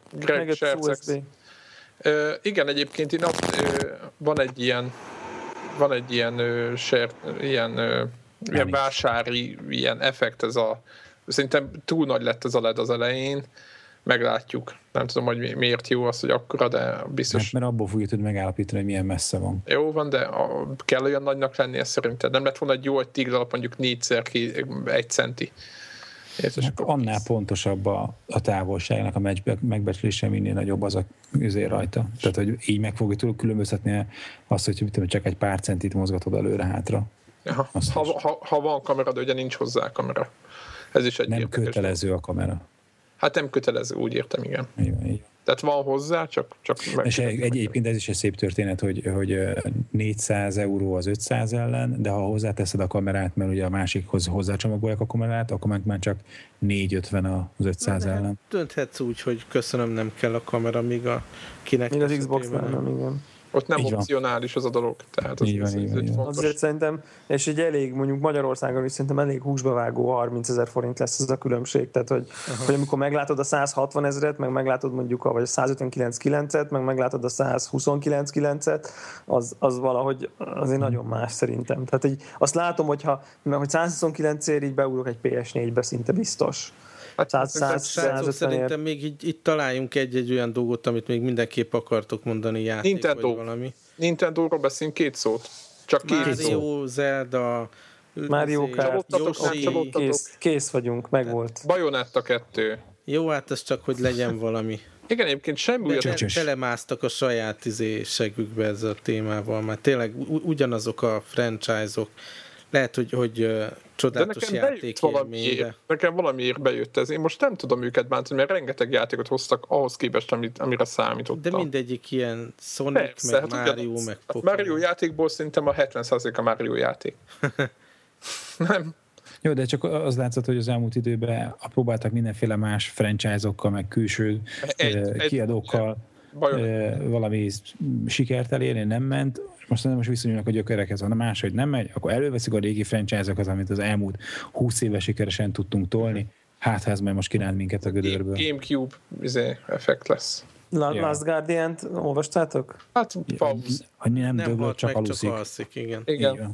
Igen, egyébként van egy ilyen vásári ilyen effekt, szerintem túl nagy lett ez a LED az elején, meglátjuk. Nem tudom, hogy miért jó az, hogy akkora, de biztos... Mert abból fogjuk tudni megállapítani, hogy milyen messze van. Jó van, de kell olyan nagynak lennie szerinted. Nem lett volna egy jó, hogy téglalap mondjuk 4x1 centi. Hát annál pontosabb a távolságnak a megbecslése, minél nagyobb az a üzé rajta. Tehát, hogy így meg fogja tudni különböztetni azt, hogy csak egy pár centit mozgatod előre-hátra. Ha van kamera, de ugye nincs hozzá kamera. Ez is egy nem kötelező a kamera. Hát nem kötelező, úgy értem, igen. Igen. Tehát van hozzá, csak és egyébként ez is egy szép történet, hogy 400 euró az 500 ellen, de ha hozzáteszed a kamerát, mert ugye a másikhoz hozzácsomagolják a kamerát, akkor már csak 450 az 500 ellen. Hát dönthetsz úgy, hogy köszönöm, nem kell a kamera, míg az Xbox-nál nem, igen. Ott nem opcionális az a dolog. Tehát az azért szerintem, és egy elég, mondjuk Magyarországon is szerintem elég húsba vágó 30 000 forint lesz ez a különbség. Tehát, hogy amikor meglátod a 160 000-et, meg meglátod mondjuk vagy a 159 9-et, meg meglátod a 129 9-et, az valahogy azért nagyon más szerintem. Tehát így azt látom, hogy 129-ért így beugrok egy PS4-be szinte biztos. Szerintem még itt találjunk egy olyan dolgot, amit még mindenképp akartok mondani, játék Nintendo. Vagy valami. Nintendo-ról beszélünk két szót. Csak két szó. Mario, Zelda, Mario Kart, kész vagyunk, megvolt. Bayonetta 2. Jó, hát ez csak, hogy legyen valami. Igen, egyébként semmi újat. Telemásztak a saját segükbe ezzel a témával, mert tényleg ugyanazok a franchise-ok. Lehet, hogy csodálatos játékélmény, de... Nekem valamiért bejött ez. Én most nem tudom őket bántani, mert rengeteg játékot hoztak ahhoz képest, amire számítottam. De mindegyik ilyen Sonic, persze, meg Mario, meg Pokémon. Mario játékból szerintem a 70% a Mario játék. Nem. Jó, de csak az látszott, hogy az elmúlt időben próbáltak mindenféle más franchise-okkal, meg külső kiadókkal valami sikert elérni, nem ment. Most viszonyulnak a gyökerekhez, hanem máshogy nem megy, akkor előveszik a régi franchise-okat, amit az elmúlt 20 éve sikeresen tudtunk tolni. Hát, ha ez majd most kiránt minket a gödörből. GameCube effekt lesz. Last Guardian-t olvastátok? Hát, nem döglött, csak aluszik. Igen.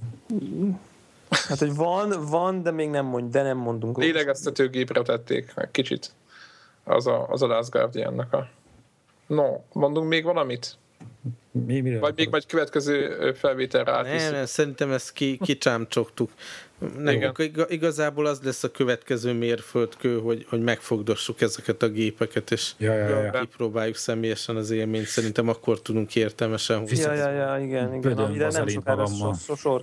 Hát, hogy van, de még nem mondunk. Lélegeztetőgépre tették kicsit az a Last Guardian-nak a... No, mondunk még valamit? Vagy még majd következő felvételre átviszünk. Nem, szerintem ezt kicsámcsogtuk. Igazából az lesz a következő mérföldkő, hogy megfogdossuk ezeket a gépeket, és kipróbáljuk személyesen az élményt. Szerintem akkor tudunk értelmesen húzni. Igen. Amire nem sokára sor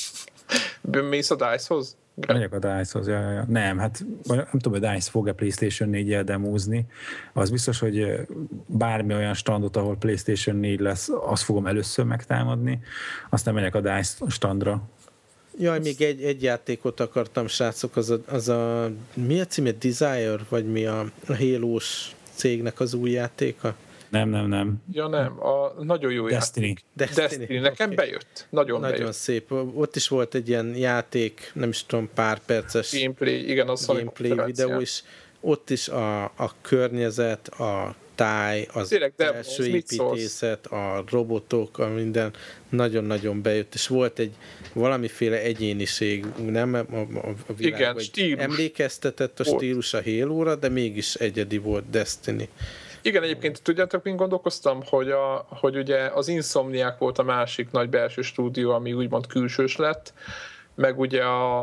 kerül. Mész a DICE-hoz? Megyek a DICE-hoz, Nem, hát nem tudom, hogy DICE fog-e PlayStation 4-jel demózni. Az biztos, hogy bármi olyan standot, ahol PlayStation 4 lesz, azt fogom először megtámadni. Aztán megyek a DICE standra. Jaj, még egy játékot akartam, srácok, az a mi a címe? Desire? Vagy mi a Halo-s cégnek az új játéka? Nem. Ja nem, a nagyon jó Destiny. Destiny. Nekem bejött. Nagyon bejött. Szép. Ott is volt egy ilyen játék, nem is tudom, pár perces gameplay, igen, az gameplay videó is. Ott is a környezet, a táj, az első építészet, a robotok, a minden nagyon-nagyon bejött, és volt egy valamiféle egyéniség, nem a világ, igen, stílus. Emlékeztetett a stílus a Halo-ra, de mégis egyedi volt Destiny. Igen, egyébként tudjátok, mint gondolkoztam, hogy ugye az Insomniac volt a másik nagy belső stúdió, ami úgymond külsős lett, meg ugye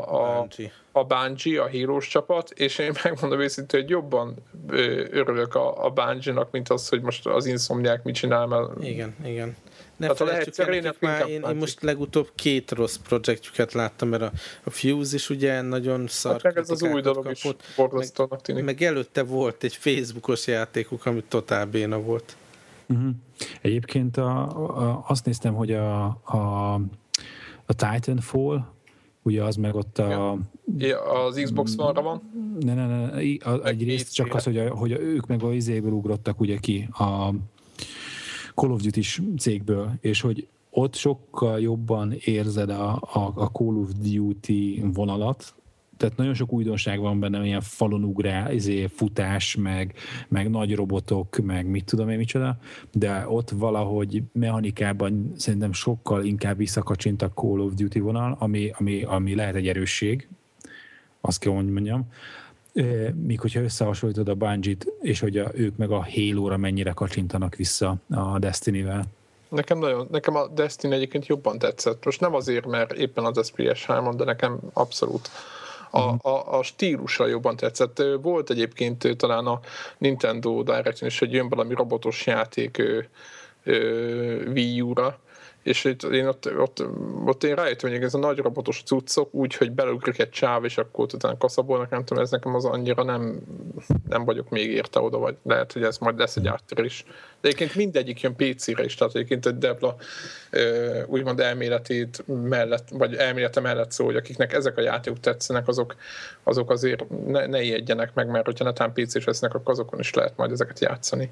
a Bungie, a Halo-s csapat, és én megmondom őszintén, hogy jobban örülök a Bungie-nak, mint az, hogy most az Insomniac mit csinál. Mert... Igen. Ne felejtsük el, én most legutóbb 2 rossz projektjüket láttam, mert a Fuse is ugye nagyon szar meg ez az új dolog kapott, is borzasztónak tűnik. Meg előtte volt egy Facebookos játékuk, ami totál béna volt. Egyébként azt néztem, hogy a Titanfall, ugye az meg ott az Xbox One-ra van? Ne. Egyrészt csak az, hogy ők meg a izéből ugrottak ugye ki a Call of Duty-s cégből, és hogy ott sokkal jobban érzed a Call of Duty vonalat, tehát nagyon sok újdonság van benne, ilyen falon ugrál, futás, meg nagy robotok, meg mit tudom én micsoda, de ott valahogy mechanikában szerintem sokkal inkább visszakacsint a Call of Duty vonal, ami lehet egy erősség, azt kell, hogy mondjam. Míg hogyha összehasonlítod a Bungie-t, és hogy ők meg a Halo-ra mennyire kacsintanak vissza a Destiny-vel. Nekem a Destiny egyébként jobban tetszett. Most nem azért, mert éppen az SPS 3, de nekem abszolút a stílusra jobban tetszett. Volt egyébként talán a Nintendo Direct-en is, hogy jön valami robotos játék Wii U-ra, és én ott én rájöttem, hogy ez a nagy robotos cuccok úgy, hogy beleugrik egy csáv, és akkor utána kaszabolnak, nem tudom, ez nekem az annyira nem vagyok még érte oda, vagy lehet, hogy ez majd lesz egy áttörés. De egyébként mindegyik jön PC-re is, tehát egyébként egy Debla úgymond elméletét mellett, vagy elmélete mellett szól, hogy akiknek ezek a játékok tetszenek, azok azért ne ijedjenek meg, mert hogyha netán PC-s vesznek, akkor azokon is lehet majd ezeket játszani.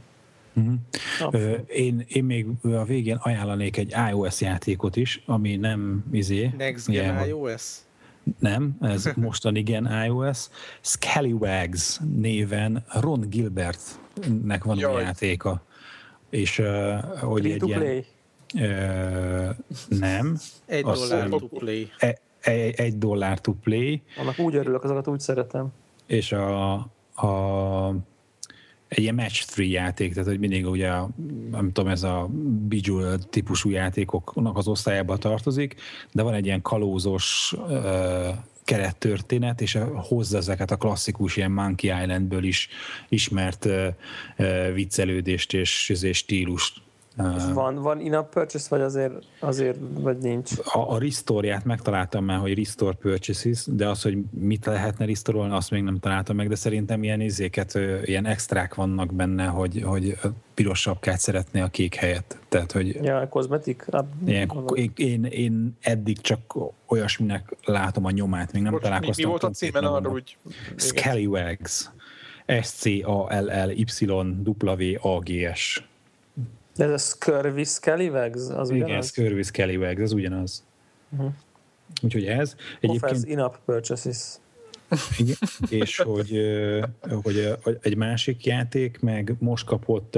Én még a végén ajánlanék egy iOS játékot is, ami nem Next Gen iOS? Nem, ez mostan igen iOS. Scallywags néven Ron Gilbertnek van a játéka. És hogy egy ilyen... nem. $1 to play. $1 to play. Annak úgy örülök, azokat úgy szeretem. És egy ilyen match 3 játék, tehát hogy mindig ugye, nem tudom, ez a Bejeweled típusú játékoknak az osztályába tartozik, de van egy ilyen kalózos kerettörténet, és hozza ezeket a klasszikus ilyen Monkey Islandből is ismert viccelődést és stílust. És van in-app purchase, vagy azért vagy nincs? A restore-ját megtaláltam már, hogy restore purchases, de az, hogy mit lehetne restore-olni, azt még nem találtam meg, de szerintem ilyen ilyen extrák vannak benne, hogy piros sapkát szeretné a kék helyett. Tehát, hogy ja, kozmetik? Én eddig csak olyasminek látom a nyomát, még nem találkoztam. Mi volt a címen arra, hogy... Scallywags. SCALLYWAGS. De ez a Scurvy Scallywags? Igen, Scurvy Scallywags, ez ugyanaz. Úgyhogy ez. Offers in-app purchases. Igen, és hogy egy másik játék meg most kapott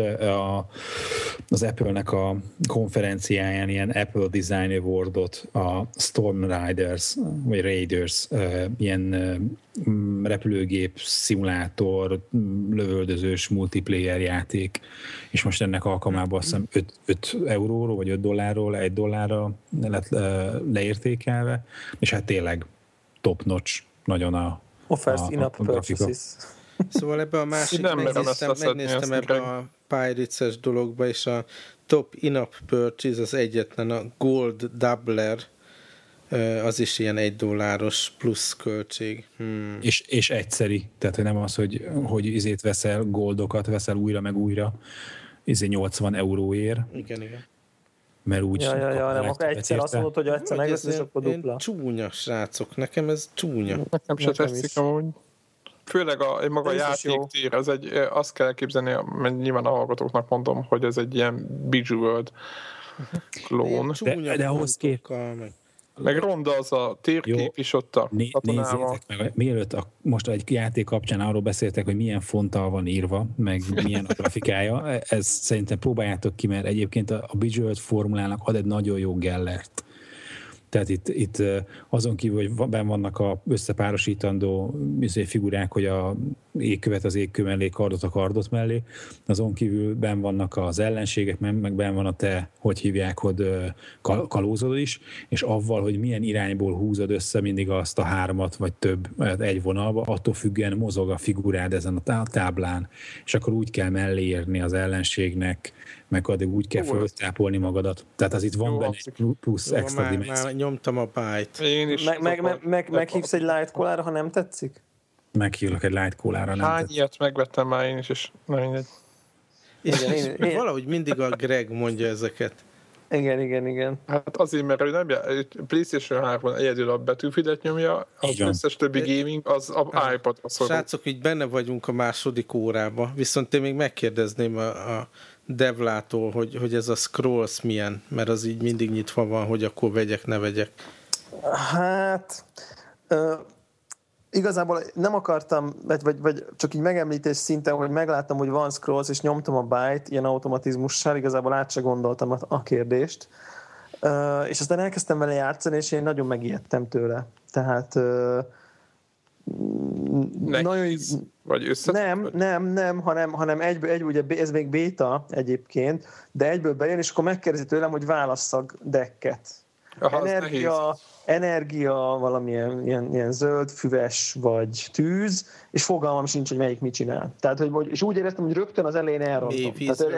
az Apple-nek a konferenciáján ilyen Apple Design Award-ot a Storm Riders, vagy Raiders, ilyen repülőgép, szimulátor, lövöldözős multiplayer játék, és most ennek alkalmában azt hiszem 5 euróról, vagy $5, $1 lett leértékelve, és hát tényleg top notch, nagyon a in-app purchases. Szóval ebbe a másik megnéztem ebbe a Pirates-es dologba, és a top in-app purchase az egyetlen a Gold Doubler, az is ilyen $1 plusz költség. És egyszeri, tehát nem az, hogy izét veszel, goldokat veszel újra meg újra, 80 euróért. Igen. Mert úgy... nem, akkor egyszer azt mondod, hogy egyszer megvesz, és akkor dupla. Csúnya, srácok, nekem ez csúnya. Nekem se tetszik amúgy. Főleg maga a játéktér, azt kell elképzelni, mert nyilván a hallgatóknak mondom, hogy ez egy ilyen Bejeweled klón. De ahhoz meg ronda az a térkép is ott a katonával. Nézzétek meg, mielőtt most egy játék kapcsán arról beszéltek, hogy milyen fonttal van írva, meg milyen a grafikája, ez szerintem próbáljátok ki, mert egyébként a Bejeweled formulának ad egy nagyon jó gellert. Tehát itt azon kívül, hogy benn vannak a összepárosítandó figurák, hogy a égkövet az égkő mellé, kardot a kardot mellé, azon kívül benn vannak az ellenségek, meg benn van a te, hogy hívják, hogy kalózod is, és avval, hogy milyen irányból húzod össze mindig azt a 3 vagy több egy vonalba, attól függően mozog a figurád ezen a táblán, és akkor úgy kell mellé érni az ellenségnek, meg addig úgy kell föltápolni magadat. Tehát az itt van benne egy plusz extra dimenzió. Már nyomtam a byte. Én is. Meghívsz egy light cola-ra, ha nem tetszik? Meghívlak egy light cola-ra, nem tetszik. Hány ilyet megvettem már én is, és nem mindegy. És valahogy mindig a Greg mondja ezeket. Igen. Hát azért, mert nem PlayStation 3-on egyedül a Battlefield-et nyomja, az összes többi gaming az a iPad-ra szorul. Srácok, így benne vagyunk a második órába, viszont én még megkérdezném a Devlától, hogy ez a Scrolls milyen, mert az így mindig nyitva van, hogy akkor vegyek, ne vegyek. Hát... Igazából nem akartam, vagy csak így megemlítés szinten, hogy megláttam, hogy van Scrolls, és nyomtam a byte ilyen automatizmussal, igazából át se gondoltam a kérdést. És aztán elkezdtem vele játszani, és én nagyon megijedtem tőle. Tehát... Nehéz? Vagy összetett? Nem, hanem egyből, ugye ez még béta egyébként, de egyből bejön, és akkor megkérdezi tőlem, hogy válasszak decket. Aha, energia, valamilyen ilyen zöld, füves vagy tűz, és fogalmam sincs, hogy melyik mit csinál. Tehát, és úgy éreztem, hogy rögtön az elején elrontom.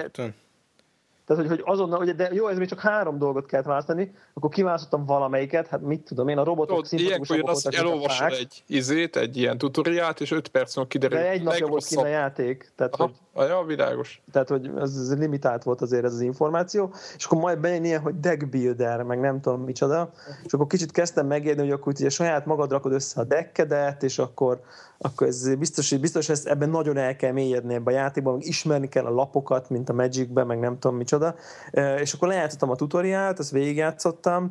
Tehát, hogy azonnal, hogy de jó, ez még csak 3 dolgot kellett választani, akkor kiválasztottam valamelyiket, hát mit tudom én, a robotok szimpatikusabbak voltak, hogy elolvasol egy ilyen tutoriát, és 5 percen kiderül. De egy napja volt kint a játék. Tehát, ja, világos. Tehát, hogy ez limitált volt azért ez az információ, és akkor majd bejön ilyen, hogy deck builder, meg nem tudom micsoda, és akkor kicsit kezdtem megérni, hogy akkor ugye saját magad rakod össze a deckedet, és akkor ez biztos ebben nagyon el kell mélyedni ebben a játékban, meg ismerni kell a lapokat, mint a Magicben, meg nem tudom micsoda. És akkor lejátszottam a tutoriált, azt végigjátszottam,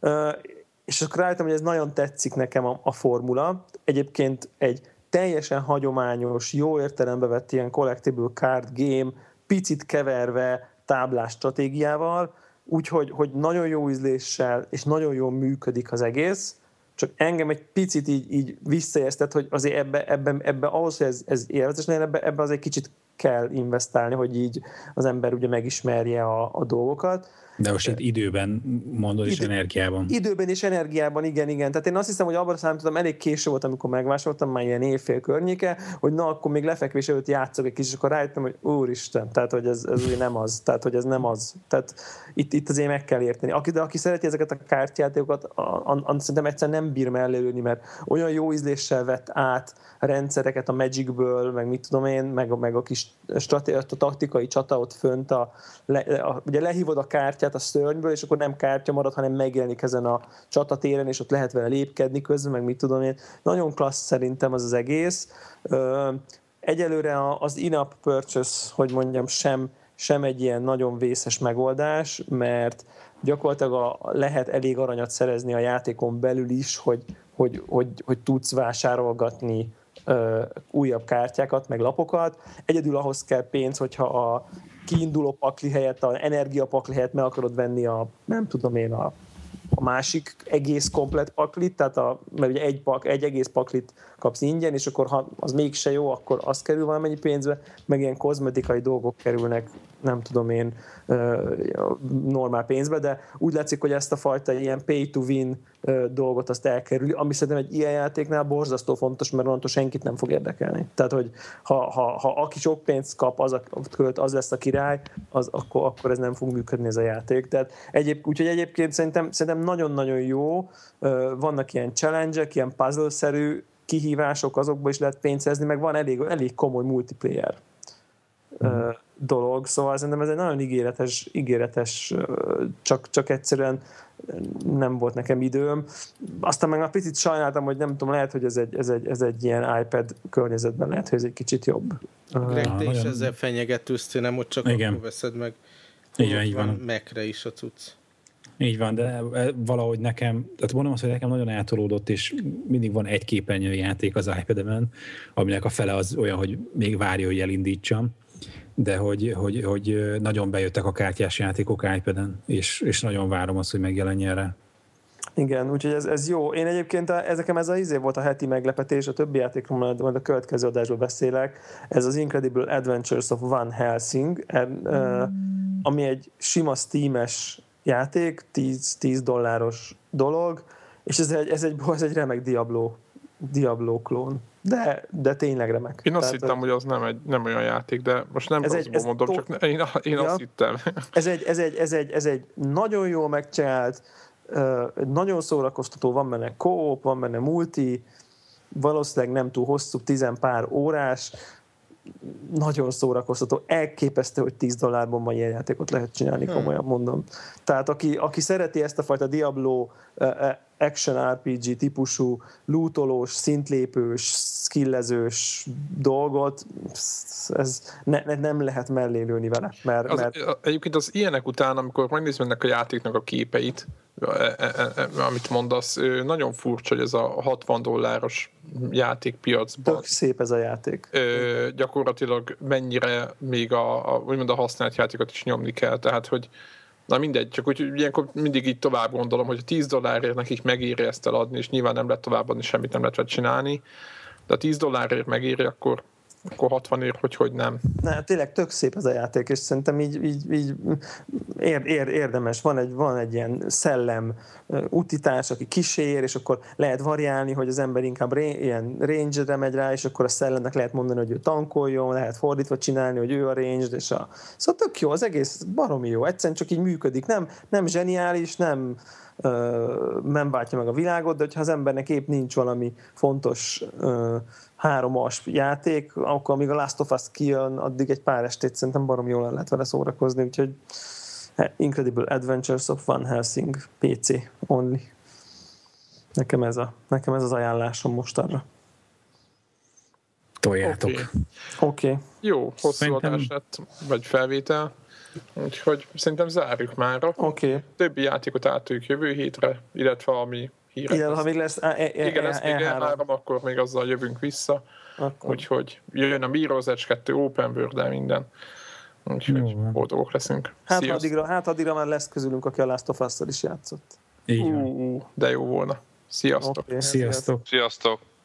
és akkor rájöttem, hogy ez nagyon tetszik nekem a formula. Egyébként egy teljesen hagyományos, jó értelembe vett ilyen collectible card game, picit keverve táblás stratégiával, úgyhogy nagyon jó ízléssel, és nagyon jól működik az egész, csak engem egy picit így visszajelztet, hogy azért ebbe ahhoz, hogy ez élvezetes legyen, ebbe azért kicsit kell investálni, hogy így az ember ugye megismerje a dolgokat. De most itt időben mondod, és energiában. Időben és energiában, igen. Tehát én azt hiszem, hogy abban számítottam, elég késő volt, amikor megvásároltam, már ilyen éjfél környéke, hogy na, akkor még lefekvés előtt játszok egy kis, és akkor rájöttem, hogy úristen, tehát hogy ez ugye nem az. Tehát, hogy ez nem az. Tehát itt azért meg kell érteni. Aki szereti ezeket a kártyátékokat, szerintem egyszer nem bír mellélőni, mert olyan jó ízléssel vett át a rendszereket a Magicből, meg mit tudom én, meg a kis a taktikai csata ott fönt, ugye lehívod a kártyát a szörnyből, és akkor nem kártya marad, hanem megjelenik ezen a csatatéren, és ott lehet vele lépkedni közben, meg mit tudom én. Nagyon klassz szerintem az egész. Egyelőre az in-app purchase, hogy mondjam, sem egy ilyen nagyon vészes megoldás, mert gyakorlatilag lehet elég aranyat szerezni a játékon belül is, hogy tudsz vásárolgatni újabb kártyákat, meg lapokat. Egyedül ahhoz kell pénz, hogyha a kiinduló pakli helyett, az energiapakli helyett meg akarod venni a másik egész komplet paklit, tehát mert ugye egy egész paklit kapsz ingyen, és akkor ha az mégse jó, akkor az kerül valamennyi pénzbe, meg ilyen kozmetikai dolgok kerülnek, nem tudom én, normál pénzbe, de úgy látszik, hogy ezt a fajta ilyen pay to win dolgot azt elkerüli, ami szerintem egy ilyen játéknál borzasztó fontos, mert onnantól senkit nem fog érdekelni. Tehát, hogy ha aki sok pénzt kap, az lesz a király, akkor ez nem fog működni ez a játék. Tehát úgyhogy egyébként szerintem nagyon-nagyon jó. Vannak ilyen challenge-ek, ilyen puzzle-szerű kihívások, azokból is lehet pénzt szerezni, meg van elég komoly multiplayer dolog, szóval szerintem ez egy nagyon ígéretes csak egyszerűen nem volt nekem időm. Aztán meg már picit sajnáltam, hogy nem tudom, lehet, hogy ez egy ilyen iPad környezetben lehet, hogy ez egy kicsit jobb. Greg, te is ezzel fenyegetőztél, nem ott csak akkor veszed meg. Így van. Mac-re is a cucc. Így van, de valahogy nekem, tehát mondom azt, hogy nekem nagyon eltolódott, és mindig van egy képernyő játék az iPad-emen, aminek a fele az olyan, hogy még várja, hogy elindítsam, de hogy nagyon bejöttek a kártyás játékok iPad-en, és nagyon várom azt, hogy megjelenjen rá. Igen, úgyhogy ez jó. Én egyébként ez volt a heti meglepetés, a többi játékról majd a következő adásból beszélek. Ez az Incredible Adventures of Van Helsing, ami egy sima Steam-es játék, $10 dolog, és ez egy remek Diablo klón. De tényleg remek. Én azt hittem, hogy az nem olyan játék, de most nem rosszból mondom, csak én azt hittem. Ez egy nagyon jól megcsinált, nagyon szórakoztató, van benne co-op, van benne multi, valószínűleg nem túl hosszú, 10 pár órás, nagyon szórakoztató, elképesztő, hogy $10 ma ilyen játékot lehet csinálni, komolyan mondom. Tehát aki szereti ezt a fajta Diablo action RPG típusú, lootolós, szintlépős, skillezős dolgot, ez nem lehet mellé lőni vele. Mert... Egyébként az ilyenek után, amikor megnézem ennek a játéknak a képeit, amit mondasz, nagyon furcsa, hogy ez a $60 játékpiacban. Tök szép ez a játék. Gyakorlatilag mennyire még úgymond a használt játékot is nyomni kell, tehát hogy na mindegy, csak úgy ilyenkor mindig így tovább gondolom, hogy a $10 nekik megéri ezt eladni, és nyilván nem lehet továbbadni, semmit nem lehet csinálni, de a $10 megéri, akkor 60 hogy nem. Na, tényleg tök szép ez a játék, és szerintem így érdemes. Van egy ilyen szellem útítás, aki kísér, és akkor lehet variálni, hogy az ember inkább ilyen range-re megy rá, és akkor a szellemnek lehet mondani, hogy ő tankoljon, lehet fordítva csinálni, hogy ő a ranged, és szóval tök jó, az egész baromi jó. Egyszerűen csak így működik. Nem zseniális, nem váltja meg a világot, de hogyha az embernek épp nincs valami fontos 3-as játék, akkor amíg a Last of Us kijön, addig egy pár estét szerintem barom jól lehet vele szórakozni, úgyhogy Incredible Adventures of Van Helsing PC only. Nekem ez az ajánlásom most arra. Toljátok. Oké. Jó, hosszú adás lett, vagy felvétel. Úgyhogy szerintem zárjuk már. Oké. Többi játékot átülünk jövő hétre, illetve ami hírek. Igen, ha még lesz igen, lesz még E3, akkor még azzal jövünk vissza. Akkor. Úgyhogy jön a Mirror's Edge 2 Open World-del minden. Úgyhogy boldogok leszünk. Hát addigra már lesz közülünk, aki a Last of Us-szal is játszott. Így de jó volna. Sziasztok! Okay, sziasztok! Sziasztok!